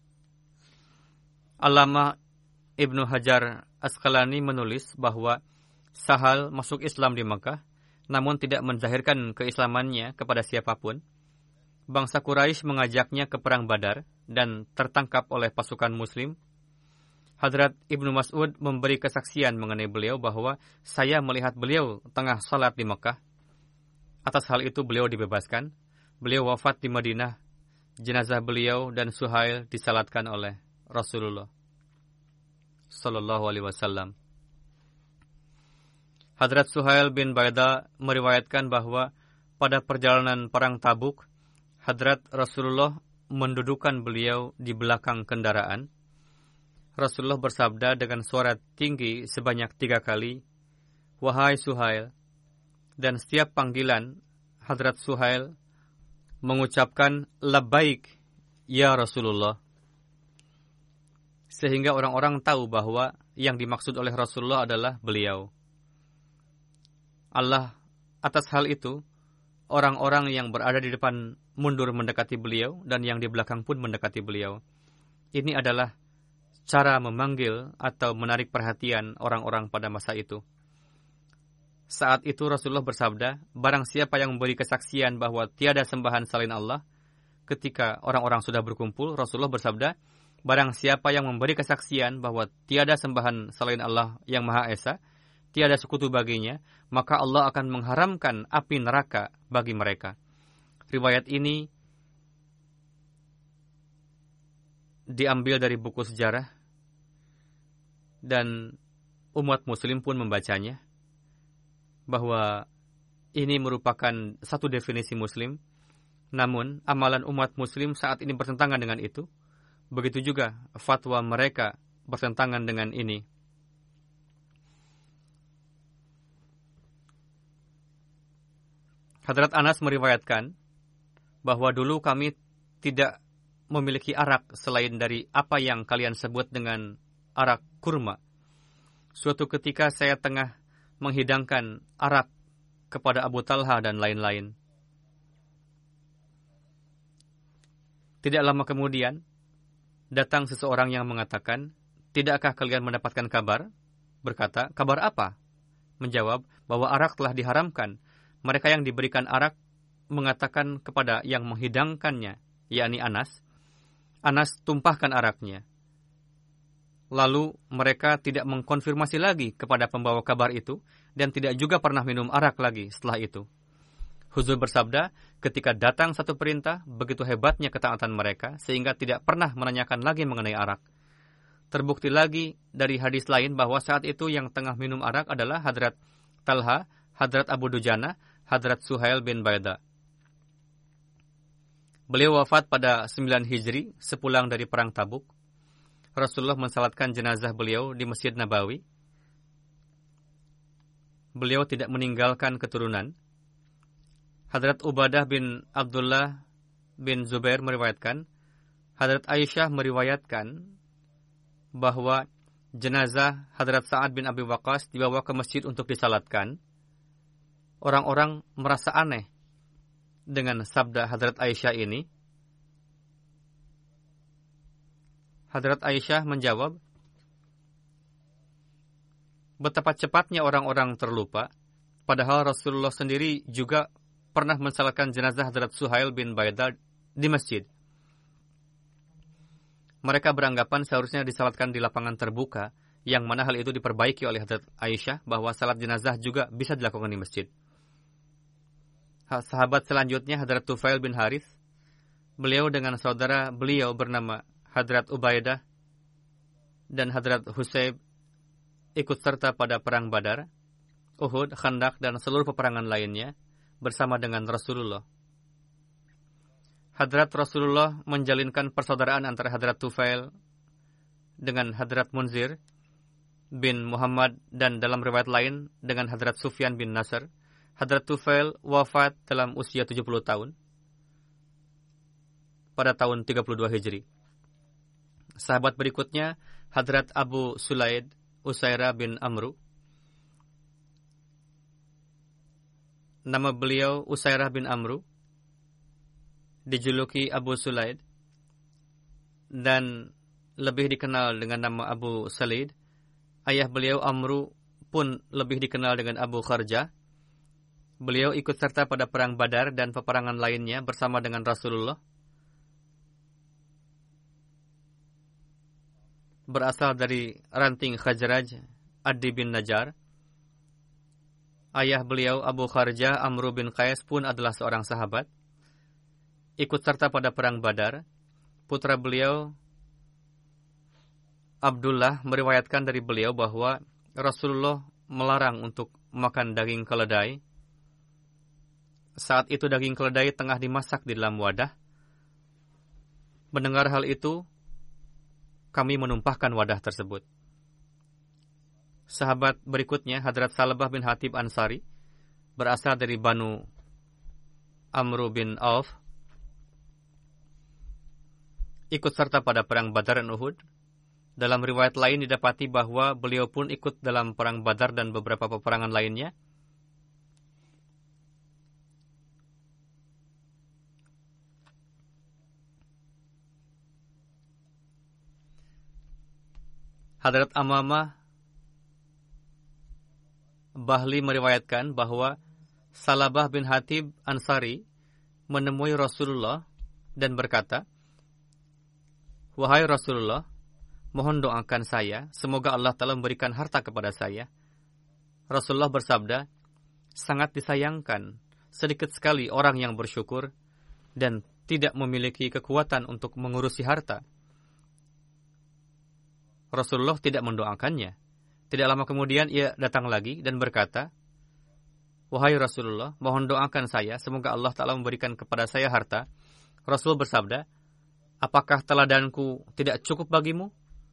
Allamah Ibnu Hajar Asqalani menulis bahwa Sahal masuk Islam di Makkah, namun tidak menzahirkan keislamannya kepada siapapun. Bangsa Quraisy mengajaknya ke Perang Badar dan tertangkap oleh pasukan Muslim. Hadrat Ibnu Mas'ud memberi kesaksian mengenai beliau bahwa saya melihat beliau tengah salat di Mekah. Atas hal itu beliau dibebaskan. Beliau wafat di Madinah. Jenazah beliau dan Suhail disalatkan oleh Rasulullah Sallallahu Alaihi Wasallam. Hadrat Suhail bin Baida meriwayatkan bahwa pada perjalanan Perang Tabuk, Hadrat Rasulullah mendudukan beliau di belakang kendaraan. Rasulullah bersabda dengan suara tinggi sebanyak tiga kali, "Wahai Suhail," dan setiap panggilan Hadrat Suhail mengucapkan labbaik ya Rasulullah. Sehingga orang-orang tahu bahwa yang dimaksud oleh Rasulullah adalah beliau. Allah atas hal itu, orang-orang yang berada di depan mundur mendekati beliau dan yang di belakang pun mendekati beliau. Ini adalah cara memanggil atau menarik perhatian orang-orang pada masa itu. Saat itu Rasulullah bersabda, barang siapa yang memberi kesaksian bahwa tiada sembahan selain Allah, ketika orang-orang sudah berkumpul, Rasulullah bersabda, barang siapa yang memberi kesaksian bahwa tiada sembahan selain Allah yang Maha Esa, tiada sekutu baginya, maka Allah akan mengharamkan api neraka bagi mereka. Riwayat ini diambil dari buku sejarah dan umat muslim pun membacanya, bahwa ini merupakan satu definisi muslim. Namun amalan umat muslim saat ini bertentangan dengan itu. Begitu juga fatwa mereka bertentangan dengan ini. Hadrat Anas meriwayatkan bahwa dulu kami tidak memiliki arak selain dari apa yang kalian sebut dengan arak kurma. Suatu ketika saya tengah menghidangkan arak kepada Abu Talha dan lain-lain. Tidak lama kemudian, datang seseorang yang mengatakan, tidakkah kalian mendapatkan kabar? Berkata, kabar apa? Menjawab, bahwa arak telah diharamkan. Mereka yang diberikan arak mengatakan kepada yang menghidangkannya, yakni Anas, Anas tumpahkan araknya. Lalu mereka tidak mengkonfirmasi lagi kepada pembawa kabar itu dan tidak juga pernah minum arak lagi setelah itu. Huzur bersabda, ketika datang satu perintah, begitu hebatnya ketaatan mereka sehingga tidak pernah menanyakan lagi mengenai arak. Terbukti lagi dari hadis lain bahwa saat itu yang tengah minum arak adalah Hadrat Talha, Hadrat Abu Dujana, Hadrat Suhail bin Baida. Beliau wafat pada sembilan Hijri sepulang dari Perang Tabuk. Rasulullah mensalatkan jenazah beliau di Masjid Nabawi. Beliau tidak meninggalkan keturunan. Hadrat Ubadah bin Abdullah bin Zubair meriwayatkan, Hadrat Aisyah meriwayatkan bahwa jenazah Hadrat Sa'ad bin Abi Waqqas dibawa ke masjid untuk disalatkan. Orang-orang merasa aneh dengan sabda Hadrat Aisyah ini. Hadrat Aisyah menjawab, Betapa cepatnya orang-orang terlupa, padahal Rasulullah sendiri juga pernah mensalatkan jenazah Hadrat Suhail bin Baidah di masjid. Mereka beranggapan seharusnya disalatkan di lapangan terbuka, yang mana hal itu diperbaiki oleh Hadrat Aisyah bahwa salat jenazah juga bisa dilakukan di masjid. Sahabat selanjutnya Hadrat Tufail bin Harith, beliau dengan saudara beliau bernama Hadrat Ubaidah dan Hadrat Husayb ikut serta pada perang Badar, Uhud, Khandaq, dan seluruh peperangan lainnya bersama dengan Rasulullah. Hadrat Rasulullah menjalinkan persaudaraan antara Hadrat Tufail dengan Hadrat Munzir bin Muhammad dan dalam riwayat lain dengan Hadrat Sufyan bin Nasr. Hadrat Tufail wafat dalam usia tujuh puluh tahun pada tahun tiga puluh dua Hijri. Sahabat berikutnya Hadrat Abu Sulaid Usairah bin Amru. Nama beliau Usairah bin Amru, dijuluki Abu Sulaid, dan lebih dikenal dengan nama Abu Salid. Ayah beliau Amru pun lebih dikenal dengan Abu Kharjah. Beliau ikut serta pada perang Badar dan peperangan lainnya bersama dengan Rasulullah. Berasal dari ranting Khazraj, Adi bin Najjar. Ayah beliau Abu Kharjah Amru bin Qais pun adalah seorang sahabat. Ikut serta pada perang Badar. Putra beliau Abdullah meriwayatkan dari beliau bahwa Rasulullah melarang untuk makan daging keledai. Saat itu daging keledai tengah dimasak di dalam wadah. Mendengar hal itu, kami menumpahkan wadah tersebut. Sahabat berikutnya Hadrat Salabah bin Hatib Ansari, berasal dari Banu Amru bin Auf, ikut serta pada perang Badar dan Uhud. Dalam riwayat lain didapati bahwa beliau pun ikut dalam perang Badar dan beberapa peperangan lainnya. Hadrat Amamah Bahli meriwayatkan bahwa Salabah bin Hatib Ansari menemui Rasulullah dan berkata, "Wahai Rasulullah, mohon doakan saya, semoga Allah Ta'ala memberikan harta kepada saya." Rasulullah bersabda, "Sangat disayangkan, sedikit sekali orang yang bersyukur dan tidak memiliki kekuatan untuk mengurusi harta." Rasulullah tidak mendoakannya. Tidak lama kemudian ia datang lagi dan berkata, "Wahai Rasulullah, mohon doakan saya, semoga Allah Ta'ala memberikan kepada saya harta." Rasul bersabda, "Apakah teladanku tidak cukup bagimu?"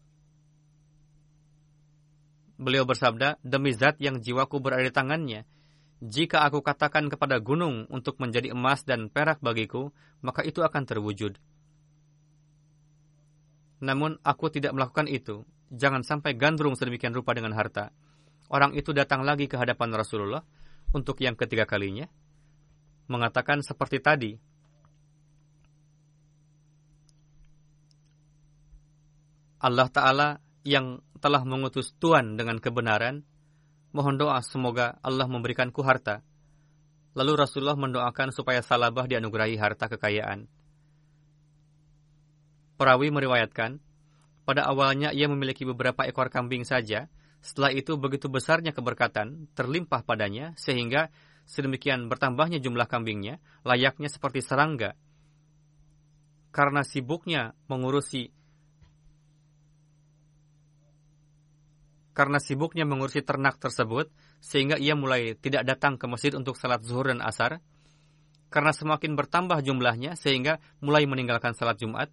Beliau bersabda, "Demi zat yang jiwaku berada di tangannya, jika aku katakan kepada gunung untuk menjadi emas dan perak bagiku, maka itu akan terwujud. Namun aku tidak melakukan itu. Jangan sampai gandrung sedemikian rupa dengan harta." Orang itu datang lagi ke hadapan Rasulullah untuk yang ketiga kalinya, mengatakan seperti tadi, "Allah Ta'ala yang telah mengutus Tuhan dengan kebenaran, mohon doa semoga Allah memberikanku harta." Lalu Rasulullah mendoakan supaya Salabah dianugerahi harta kekayaan. Perawi meriwayatkan, pada awalnya ia memiliki beberapa ekor kambing saja. Setelah itu begitu besarnya keberkatan terlimpah padanya sehingga sedemikian bertambahnya jumlah kambingnya, layaknya seperti serangga. Karena sibuknya mengurusi Karena sibuknya mengurusi ternak tersebut, sehingga ia mulai tidak datang ke masjid untuk salat zuhur dan asar. Karena semakin bertambah jumlahnya, sehingga mulai meninggalkan salat Jumat.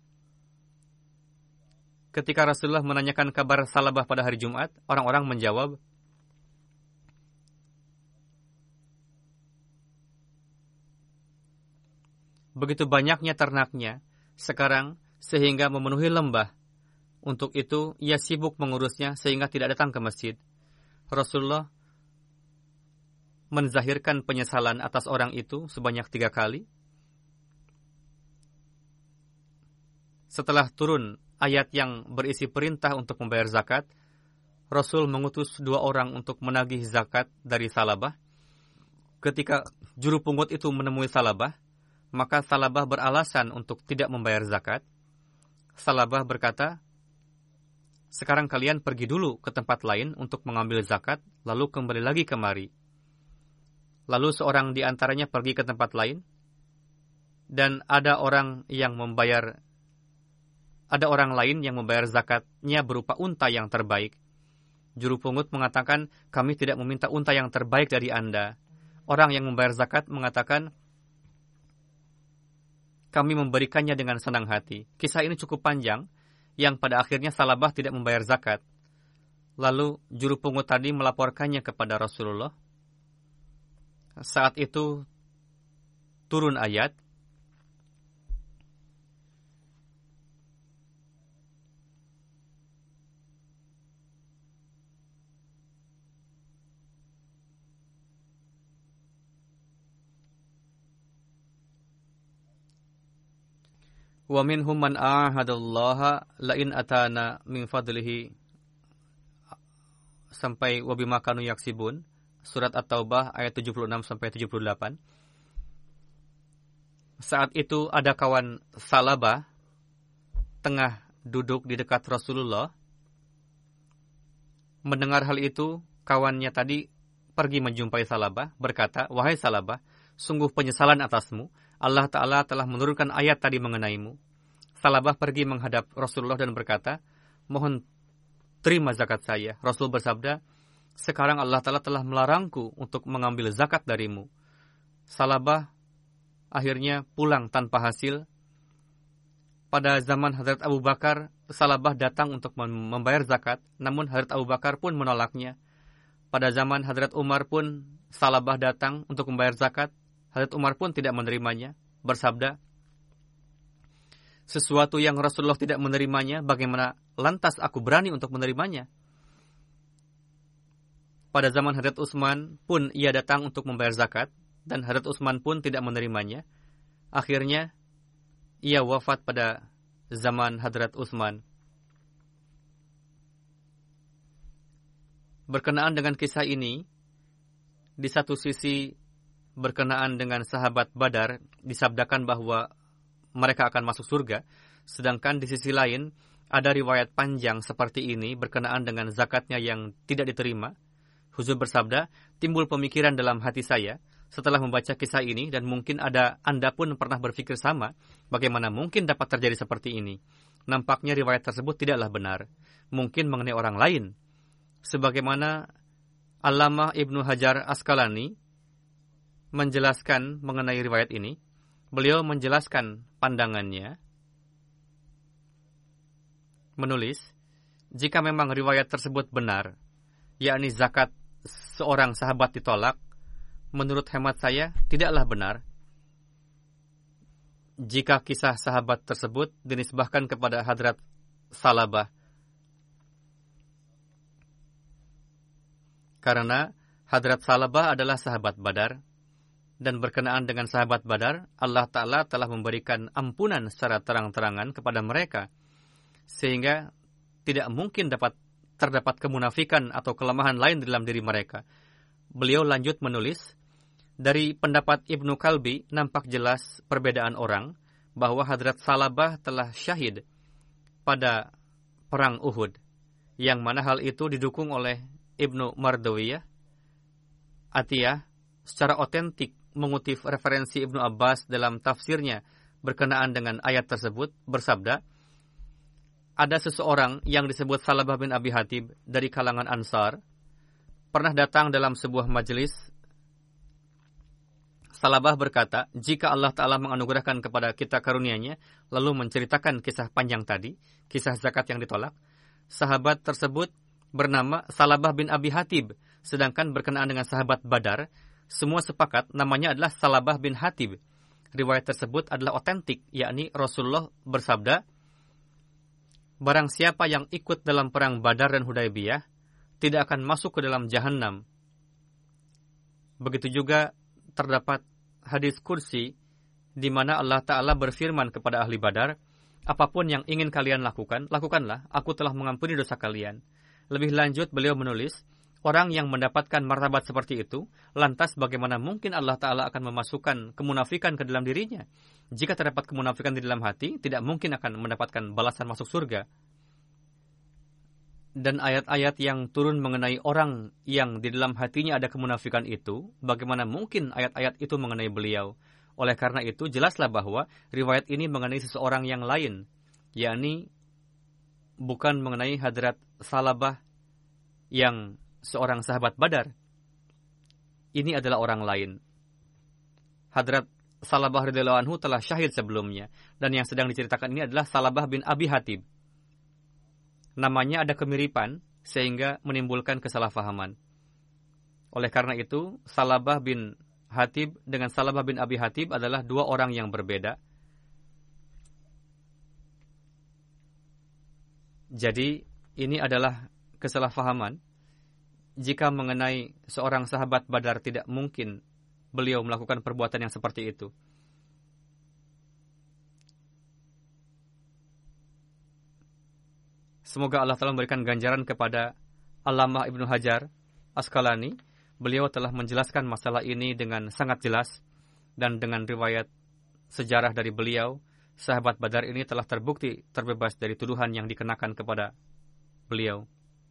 Ketika Rasulullah menanyakan kabar Salabah pada hari Jumat, orang-orang menjawab, "Begitu banyaknya ternaknya sekarang sehingga memenuhi lembah. Untuk itu, ia sibuk mengurusnya sehingga tidak datang ke masjid." Rasulullah menzahirkan penyesalan atas orang itu sebanyak tiga kali. Setelah turun ayat yang berisi perintah untuk membayar zakat, Rasul mengutus dua orang untuk menagih zakat dari Salabah. Ketika juru pungut itu menemui Salabah, maka Salabah beralasan untuk tidak membayar zakat. Salabah berkata, sekarang kalian pergi dulu ke tempat lain untuk mengambil zakat, lalu kembali lagi kemari. Lalu seorang di antaranya pergi ke tempat lain, dan ada orang yang membayar, ada orang lain yang membayar zakatnya berupa unta yang terbaik. Juru pungut mengatakan, kami tidak meminta unta yang terbaik dari Anda. Orang yang membayar zakat mengatakan, kami memberikannya dengan senang hati. Kisah ini cukup panjang, yang pada akhirnya Salabah tidak membayar zakat. Lalu juru pungut tadi melaporkannya kepada Rasulullah. Saat itu turun ayat, wa minhum man ahadallaha la in atana min fadlihi sampai wa bima kanu yaksibun, surat At-Taubah ayat tujuh puluh enam sampai tujuh puluh delapan. Saat itu ada kawan Salabah tengah duduk di dekat Rasulullah. Mendengar hal itu, kawannya tadi pergi menjumpai Salabah, berkata, wahai Salabah, sungguh penyesalan atasmu. Allah Ta'ala telah menurunkan ayat tadi mengenaimu. Salabah pergi menghadap Rasulullah dan berkata, mohon terima zakat saya. Rasul bersabda, sekarang Allah Ta'ala telah melarangku untuk mengambil zakat darimu. Salabah akhirnya pulang tanpa hasil. Pada zaman Hadrat Abu Bakar, Salabah datang untuk membayar zakat, namun Hadrat Abu Bakar pun menolaknya. Pada zaman Hadrat Umar pun, Salabah datang untuk membayar zakat. Hadrat Umar pun tidak menerimanya, bersabda, sesuatu yang Rasulullah tidak menerimanya, bagaimana lantas aku berani untuk menerimanya? Pada zaman Hadrat Utsman pun ia datang untuk membayar zakat, dan Hadrat Utsman pun tidak menerimanya. Akhirnya, ia wafat pada zaman Hadrat Utsman. Berkenaan dengan kisah ini, di satu sisi berkenaan dengan sahabat Badar, disabdakan bahwa mereka akan masuk surga, sedangkan di sisi lain ada riwayat panjang seperti ini berkenaan dengan zakatnya yang tidak diterima. Huzur bersabda, timbul pemikiran dalam hati saya setelah membaca kisah ini, dan mungkin ada Anda pun pernah berpikir sama, bagaimana mungkin dapat terjadi seperti ini. Nampaknya riwayat tersebut tidaklah benar, mungkin mengenai orang lain. Sebagaimana Allamah Ibnu Hajar Asqalani menjelaskan mengenai riwayat ini, beliau menjelaskan pandangannya, menulis, jika memang riwayat tersebut benar, yakni zakat seorang sahabat ditolak, menurut hemat saya tidaklah benar. Jika kisah sahabat tersebut dinisbahkan kepada Hadrat Salabah, karena Hadrat Salabah adalah sahabat Badar, dan berkenaan dengan sahabat Badar, Allah Ta'ala telah memberikan ampunan secara terang-terangan kepada mereka, sehingga tidak mungkin dapat terdapat kemunafikan atau kelemahan lain dalam diri mereka. Beliau lanjut menulis, dari pendapat Ibnu Kalbi nampak jelas perbedaan orang, bahwa Hadrat Salabah telah syahid pada perang Uhud, yang mana hal itu didukung oleh Ibnu Mardawiyah Atiyah secara otentik mengutip referensi Ibnu Abbas dalam tafsirnya berkenaan dengan ayat tersebut, bersabda, ada seseorang yang disebut Salabah bin Abi Hatib dari kalangan Ansar, pernah datang dalam sebuah majelis. Salabah berkata, jika Allah Ta'ala menganugerahkan kepada kita karunia-Nya, lalu menceritakan kisah panjang tadi, kisah zakat yang ditolak, sahabat tersebut bernama Salabah bin Abi Hatib, sedangkan berkenaan dengan sahabat Badar, semua sepakat namanya adalah Salabah bin Hatib. Riwayat tersebut adalah otentik, yakni Rasulullah bersabda, barang siapa yang ikut dalam perang Badar dan Hudaybiyah, tidak akan masuk ke dalam Jahannam. Begitu juga terdapat hadis kursi, di mana Allah Ta'ala berfirman kepada ahli Badar, apapun yang ingin kalian lakukan, lakukanlah, aku telah mengampuni dosa kalian. Lebih lanjut beliau menulis, orang yang mendapatkan martabat seperti itu, lantas bagaimana mungkin Allah Ta'ala akan memasukkan kemunafikan ke dalam dirinya? Jika terdapat kemunafikan di dalam hati, tidak mungkin akan mendapatkan balasan masuk surga. Dan ayat-ayat yang turun mengenai orang yang di dalam hatinya ada kemunafikan itu, bagaimana mungkin ayat-ayat itu mengenai beliau? Oleh karena itu, jelaslah bahwa riwayat ini mengenai seseorang yang lain, yakni bukan mengenai Hadrat Salabah yang seorang sahabat Badar. Ini adalah orang lain. Hadrat Salabah radhiyallahu anhu telah syahid sebelumnya, dan yang sedang diceritakan ini adalah Salabah bin Abi Hatib. Namanya ada kemiripan sehingga menimbulkan kesalahpahaman. Oleh karena itu, Salabah bin Hatib dengan Salabah bin Abi Hatib adalah dua orang yang berbeda. Jadi, ini adalah kesalahpahaman. Jika mengenai seorang sahabat Badar, tidak mungkin beliau melakukan perbuatan yang seperti itu. Semoga Allah telah memberikan ganjaran kepada Allamah Ibnu Hajar Asqalani. Beliau telah menjelaskan masalah ini dengan sangat jelas, dan dengan riwayat sejarah dari beliau, sahabat Badar ini telah terbukti terbebas dari tuduhan yang dikenakan kepada beliau.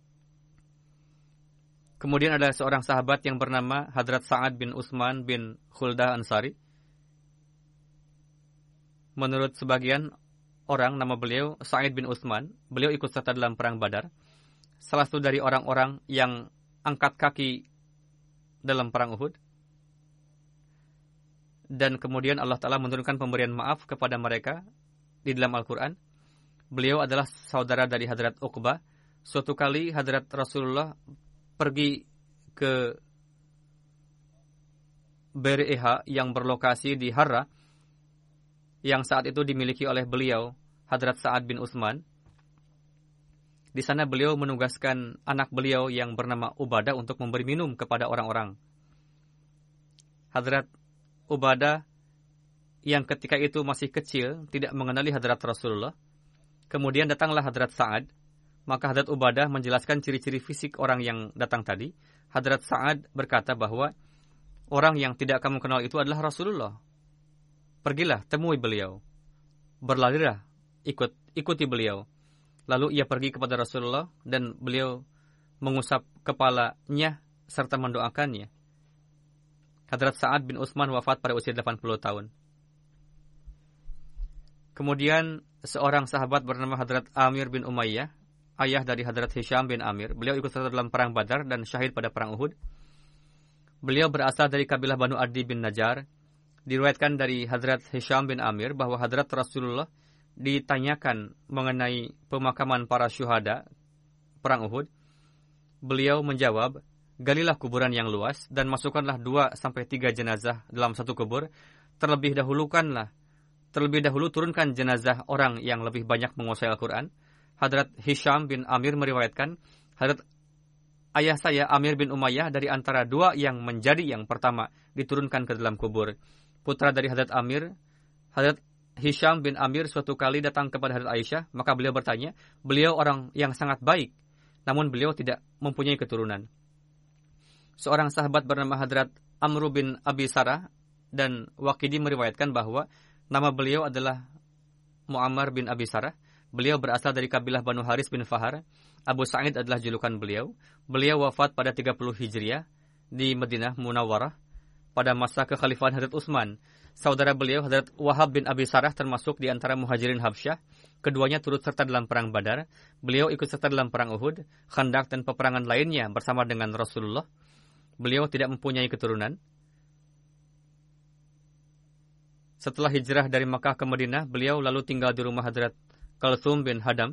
Kemudian ada seorang sahabat yang bernama Hadrat Sa'ad bin Utsman bin Khuldah Ansari. Menurut sebagian orang, nama beliau Sa'id bin Utsman. Beliau ikut serta dalam perang Badar. Salah satu dari orang-orang yang angkat kaki dalam perang Uhud. Dan kemudian Allah Ta'ala menurunkan pemberian maaf kepada mereka di dalam Al-Quran. Beliau adalah saudara dari Hadrat Uqbah. Suatu kali Hadrat Rasulullah pergi ke Beri'ah yang berlokasi di Harra, yang saat itu dimiliki oleh beliau, Hadrat Sa'ad bin Utsman. Di sana beliau menugaskan anak beliau yang bernama Ubadah untuk memberi minum kepada orang-orang. Hadrat Ubadah yang ketika itu masih kecil, tidak mengenali Hadrat Rasulullah. Kemudian datanglah Hadrat Sa'ad. Maka Hadrat Ubadah menjelaskan ciri-ciri fisik orang yang datang tadi. Hadrat Sa'ad berkata bahwa orang yang tidak kamu kenal itu adalah Rasulullah. Pergilah, temui beliau. Berlarilah, ikut ikuti beliau. Lalu ia pergi kepada Rasulullah dan beliau mengusap kepalanya serta mendoakannya. Hadrat Sa'ad bin Utsman wafat pada usia delapan puluh tahun. Kemudian seorang sahabat bernama Hadrat Amir bin Umayyah, ayah dari Hadrat Hisham bin Amir. Beliau ikut serta dalam perang Badar dan syahid pada perang Uhud. Beliau berasal dari kabilah Banu Adi bin Najjar. Diriwayatkan dari Hadrat Hisham bin Amir bahwa Hadrat Rasulullah ditanyakan mengenai pemakaman para syuhada perang Uhud. Beliau menjawab, galilah kuburan yang luas dan masukkanlah dua sampai tiga jenazah dalam satu kubur. Terlebih dahulukanlah, terlebih dahulu turunkan jenazah orang yang lebih banyak menguasai Al-Quran. Hadrat Hisham bin Amir meriwayatkan, Hadrat ayah saya Amir bin Umayyah dari antara dua yang menjadi yang pertama diturunkan ke dalam kubur. Putra dari Hadrat Amir, Hadrat Hisham bin Amir suatu kali datang kepada Hadrat Aisyah, maka beliau bertanya, beliau orang yang sangat baik, namun beliau tidak mempunyai keturunan. Seorang sahabat bernama Hadrat Amr bin Abi Sarah dan Waqidi meriwayatkan bahwa nama beliau adalah Muammar bin Abi Sarah. Beliau berasal dari kabilah Banu Haris bin Fahar. Abu Sa'id adalah julukan beliau. Beliau wafat pada tiga puluh Hijriah di Madinah Munawwarah pada masa kekhalifahan Hadrat Utsman. Saudara beliau Hadrat Wahab bin Abi Sarah termasuk di antara Muhajirin Habsyah. Keduanya turut serta dalam perang Badar. Beliau ikut serta dalam perang Uhud, Khandaq dan peperangan lainnya bersama dengan Rasulullah. Beliau tidak mempunyai keturunan. Setelah hijrah dari Makkah ke Madinah, beliau lalu tinggal di rumah Hadrat Kalthum bin Hadam.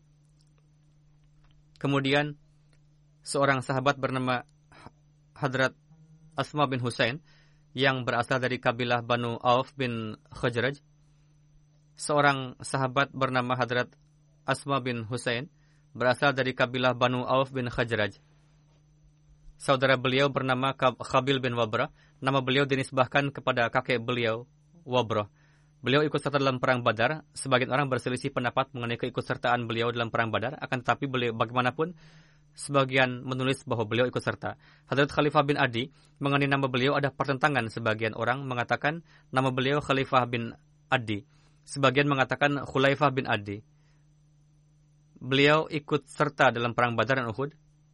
Kemudian seorang sahabat bernama Hadrat Asma bin Husain yang berasal dari kabilah Banu Auf bin Khajraj. Seorang sahabat bernama Hadrat Asma bin Husain berasal dari kabilah Banu Auf bin Khajraj. Saudara beliau bernama Khabil bin Wabrah. Nama beliau dinisbahkan kepada kakek beliau, Wabrah. Beliau ikut serta dalam perang Badar. Sebagian orang berselisih pendapat mengenai keikutsertaan beliau dalam perang Badar. Akan tetapi beliau bagaimanapun sebagian menulis bahwa beliau ikut serta. Hadrat Khalifah bin Adi mengenai nama beliau ada pertentangan. Sebagian orang mengatakan nama beliau Khalifah bin Adi, sebagian mengatakan Khulaifah bin Adi. Beliau ikut serta dalam perang Badar dan Uhud.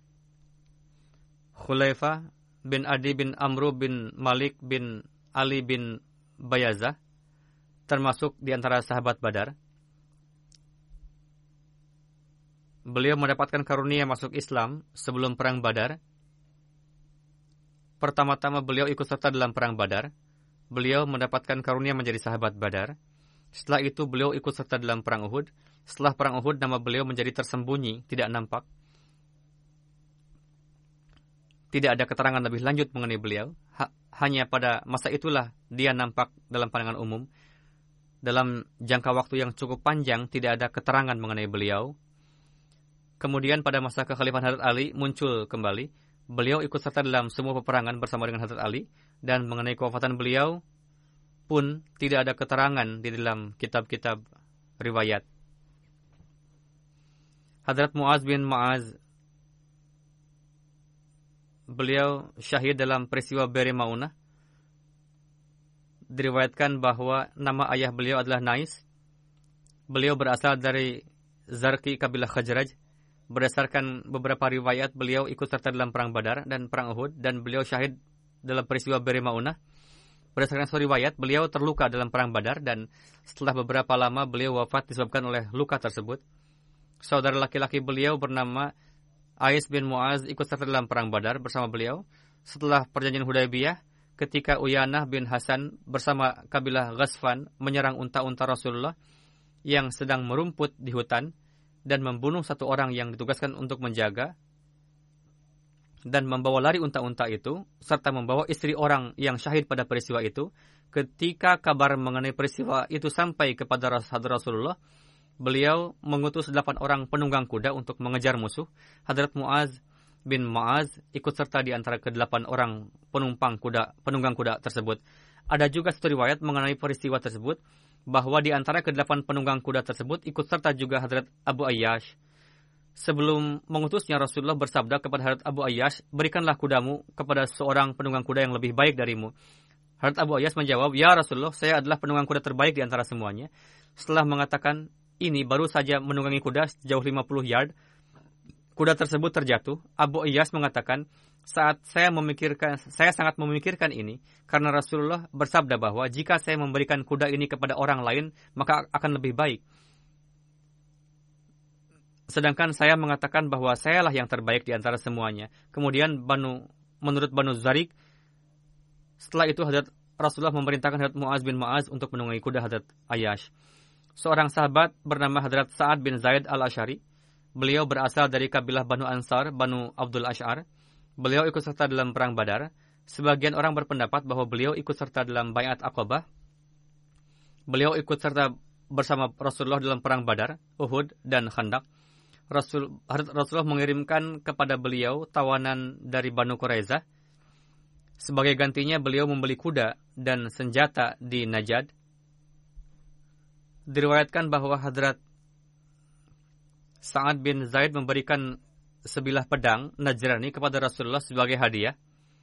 Khulaifah bin Adi bin Amru bin Malik bin Ali bin Bayazah termasuk di antara sahabat Badar. Beliau mendapatkan karunia masuk Islam sebelum perang Badar. Pertama-tama beliau ikut serta dalam perang Badar. Beliau mendapatkan karunia menjadi sahabat Badar. Setelah itu beliau ikut serta dalam perang Uhud. Setelah perang Uhud nama beliau menjadi tersembunyi, tidak nampak. Tidak ada keterangan lebih lanjut mengenai beliau. Ha- hanya pada masa itulah dia nampak dalam pandangan umum. Dalam jangka waktu yang cukup panjang tidak ada keterangan mengenai beliau. Kemudian pada masa kekhalifahan Hadrat Ali muncul kembali. Beliau ikut serta dalam semua peperangan bersama dengan Hadrat Ali. Dan mengenai kewafatan beliau pun tidak ada keterangan di dalam kitab-kitab riwayat. Hadrat Muaz bin Muaz, beliau syahid dalam peristiwa Beri Maunah. Diriwayatkan bahwa nama ayah beliau adalah Nais. Beliau berasal dari Zarqi kabilah Khajraj. Berdasarkan beberapa riwayat, beliau ikut serta dalam perang Badar dan perang Uhud, dan beliau syahid dalam peristiwa Beri Maunah. Berdasarkan suatu riwayat, beliau terluka dalam perang Badar, dan setelah beberapa lama beliau wafat disebabkan oleh luka tersebut. Saudara laki-laki beliau bernama Ais bin Muaz ikut serta dalam perang Badar bersama beliau. Setelah perjanjian Hudaybiyah, ketika Uyanah bin Hasan bersama kabilah Ghasfan menyerang unta-unta Rasulullah yang sedang merumput di hutan, dan membunuh satu orang yang ditugaskan untuk menjaga, dan membawa lari unta-unta itu, serta membawa istri orang yang syahid pada peristiwa itu. Ketika kabar mengenai peristiwa itu sampai kepada Hadrat Rasulullah, beliau mengutus delapan orang penunggang kuda untuk mengejar musuh. Hadrat Muaz bin Muaz ikut serta di antara kedelapan orang penumpang kuda, penunggang kuda tersebut. Ada juga satu riwayat mengenai peristiwa tersebut, bahwa di antara kedelapan penunggang kuda tersebut ikut serta juga Hadrat Abu Ayyash. Sebelum mengutusnya, Rasulullah bersabda kepada Hadrat Abu Ayyash, berikanlah kudamu kepada seorang penunggang kuda yang lebih baik darimu. Hadrat Abu Ayyash menjawab, ya Rasulullah, saya adalah penunggang kuda terbaik di antara semuanya. Setelah mengatakan ini, baru saja menunggangi kuda sejauh lima puluh yard, kuda tersebut terjatuh. Abu Ayyash mengatakan, saat saya memikirkan, saya sangat memikirkan ini, karena Rasulullah bersabda bahwa jika saya memberikan kuda ini kepada orang lain, maka akan lebih baik. Sedangkan saya mengatakan bahwa sayalah yang terbaik di antara semuanya. Kemudian Banu, menurut Banu Zarik, setelah itu Hadrat Rasulullah memerintahkan Hadrat Muaz bin Muaz untuk menunggangi kuda Hadrat Ayyash. Seorang sahabat bernama Hadrat Sa'ad bin Zaid al-Ash'ari. Beliau berasal dari kabilah Banu Ansar, Banu Abdul Ash'ar. Beliau ikut serta dalam perang Badar. Sebagian orang berpendapat bahwa beliau ikut serta dalam Bai'at Aqabah. Beliau ikut serta bersama Rasulullah dalam perang Badar, Uhud, dan Khandaq. Rasul, Rasulullah mengirimkan kepada beliau tawanan dari Banu Quraizah. Sebagai gantinya beliau membeli kuda dan senjata di Najd. Diriwayatkan bahwa Hadrat Sa'ad bin Zaid memberikan sebilah pedang Najrani kepada Rasulullah sebagai hadiah.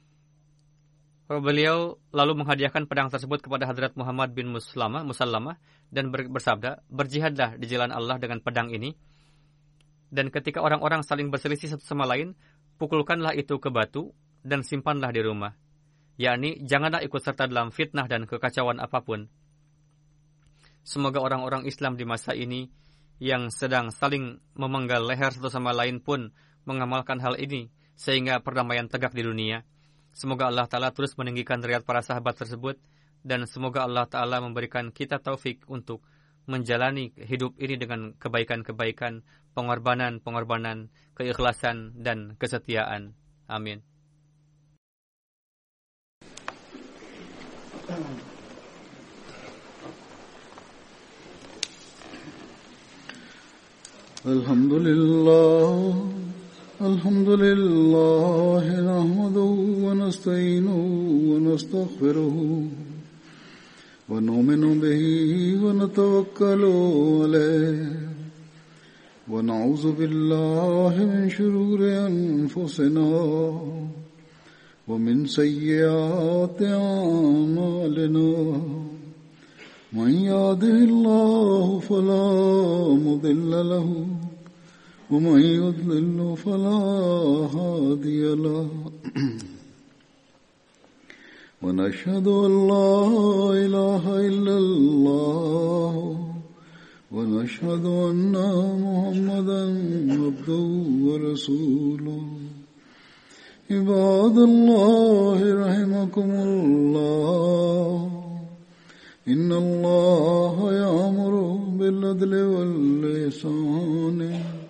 Beliau lalu menghadiahkan pedang tersebut kepada Hadrat Muhammad bin Muslamah, Musallamah, dan bersabda, berjihadlah di jalan Allah dengan pedang ini. Dan ketika orang-orang saling berselisih satu sama lain, pukulkanlah itu ke batu dan simpanlah di rumah. Yakni, janganlah ikut serta dalam fitnah dan kekacauan apapun. Semoga orang-orang Islam di masa ini yang sedang saling memenggal leher satu sama lain pun mengamalkan hal ini, sehingga perdamaian tegak di dunia. Semoga Allah Ta'ala terus meninggikan derajat para sahabat tersebut, dan semoga Allah Ta'ala memberikan kita taufik untuk menjalani hidup ini dengan kebaikan-kebaikan, pengorbanan-pengorbanan, keikhlasan, dan kesetiaan. Amin. Alhamdulillah, alhamdulillah, nahmaduhu wa nasta'inuhu wa nastaghfiruhu wa nu'minu bihi wa natawakkalu alayhi ونعوذ بالله من شرور أنفسنا ومن سيئات أعمالنا من يهده الله فلا مضل له ومن يضلل فلا هادي له ونشهد أن لا إله إلا الله ونشهد أن محمدا عبده ورسوله عباد الله رحمكم الله إن الله يأمر بالعدل والإحسان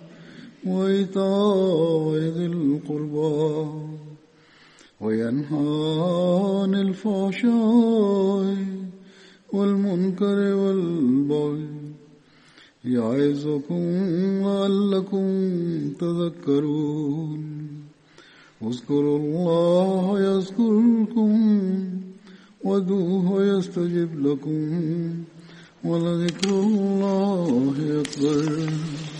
وإيتاء ذي القربى وينهى عن الفحشاء والمنكر والبغي يعظكم لعلكم تذكرون اذكروا الله يذكركم وادعوه يستجب لكم ولذكر الله أكبر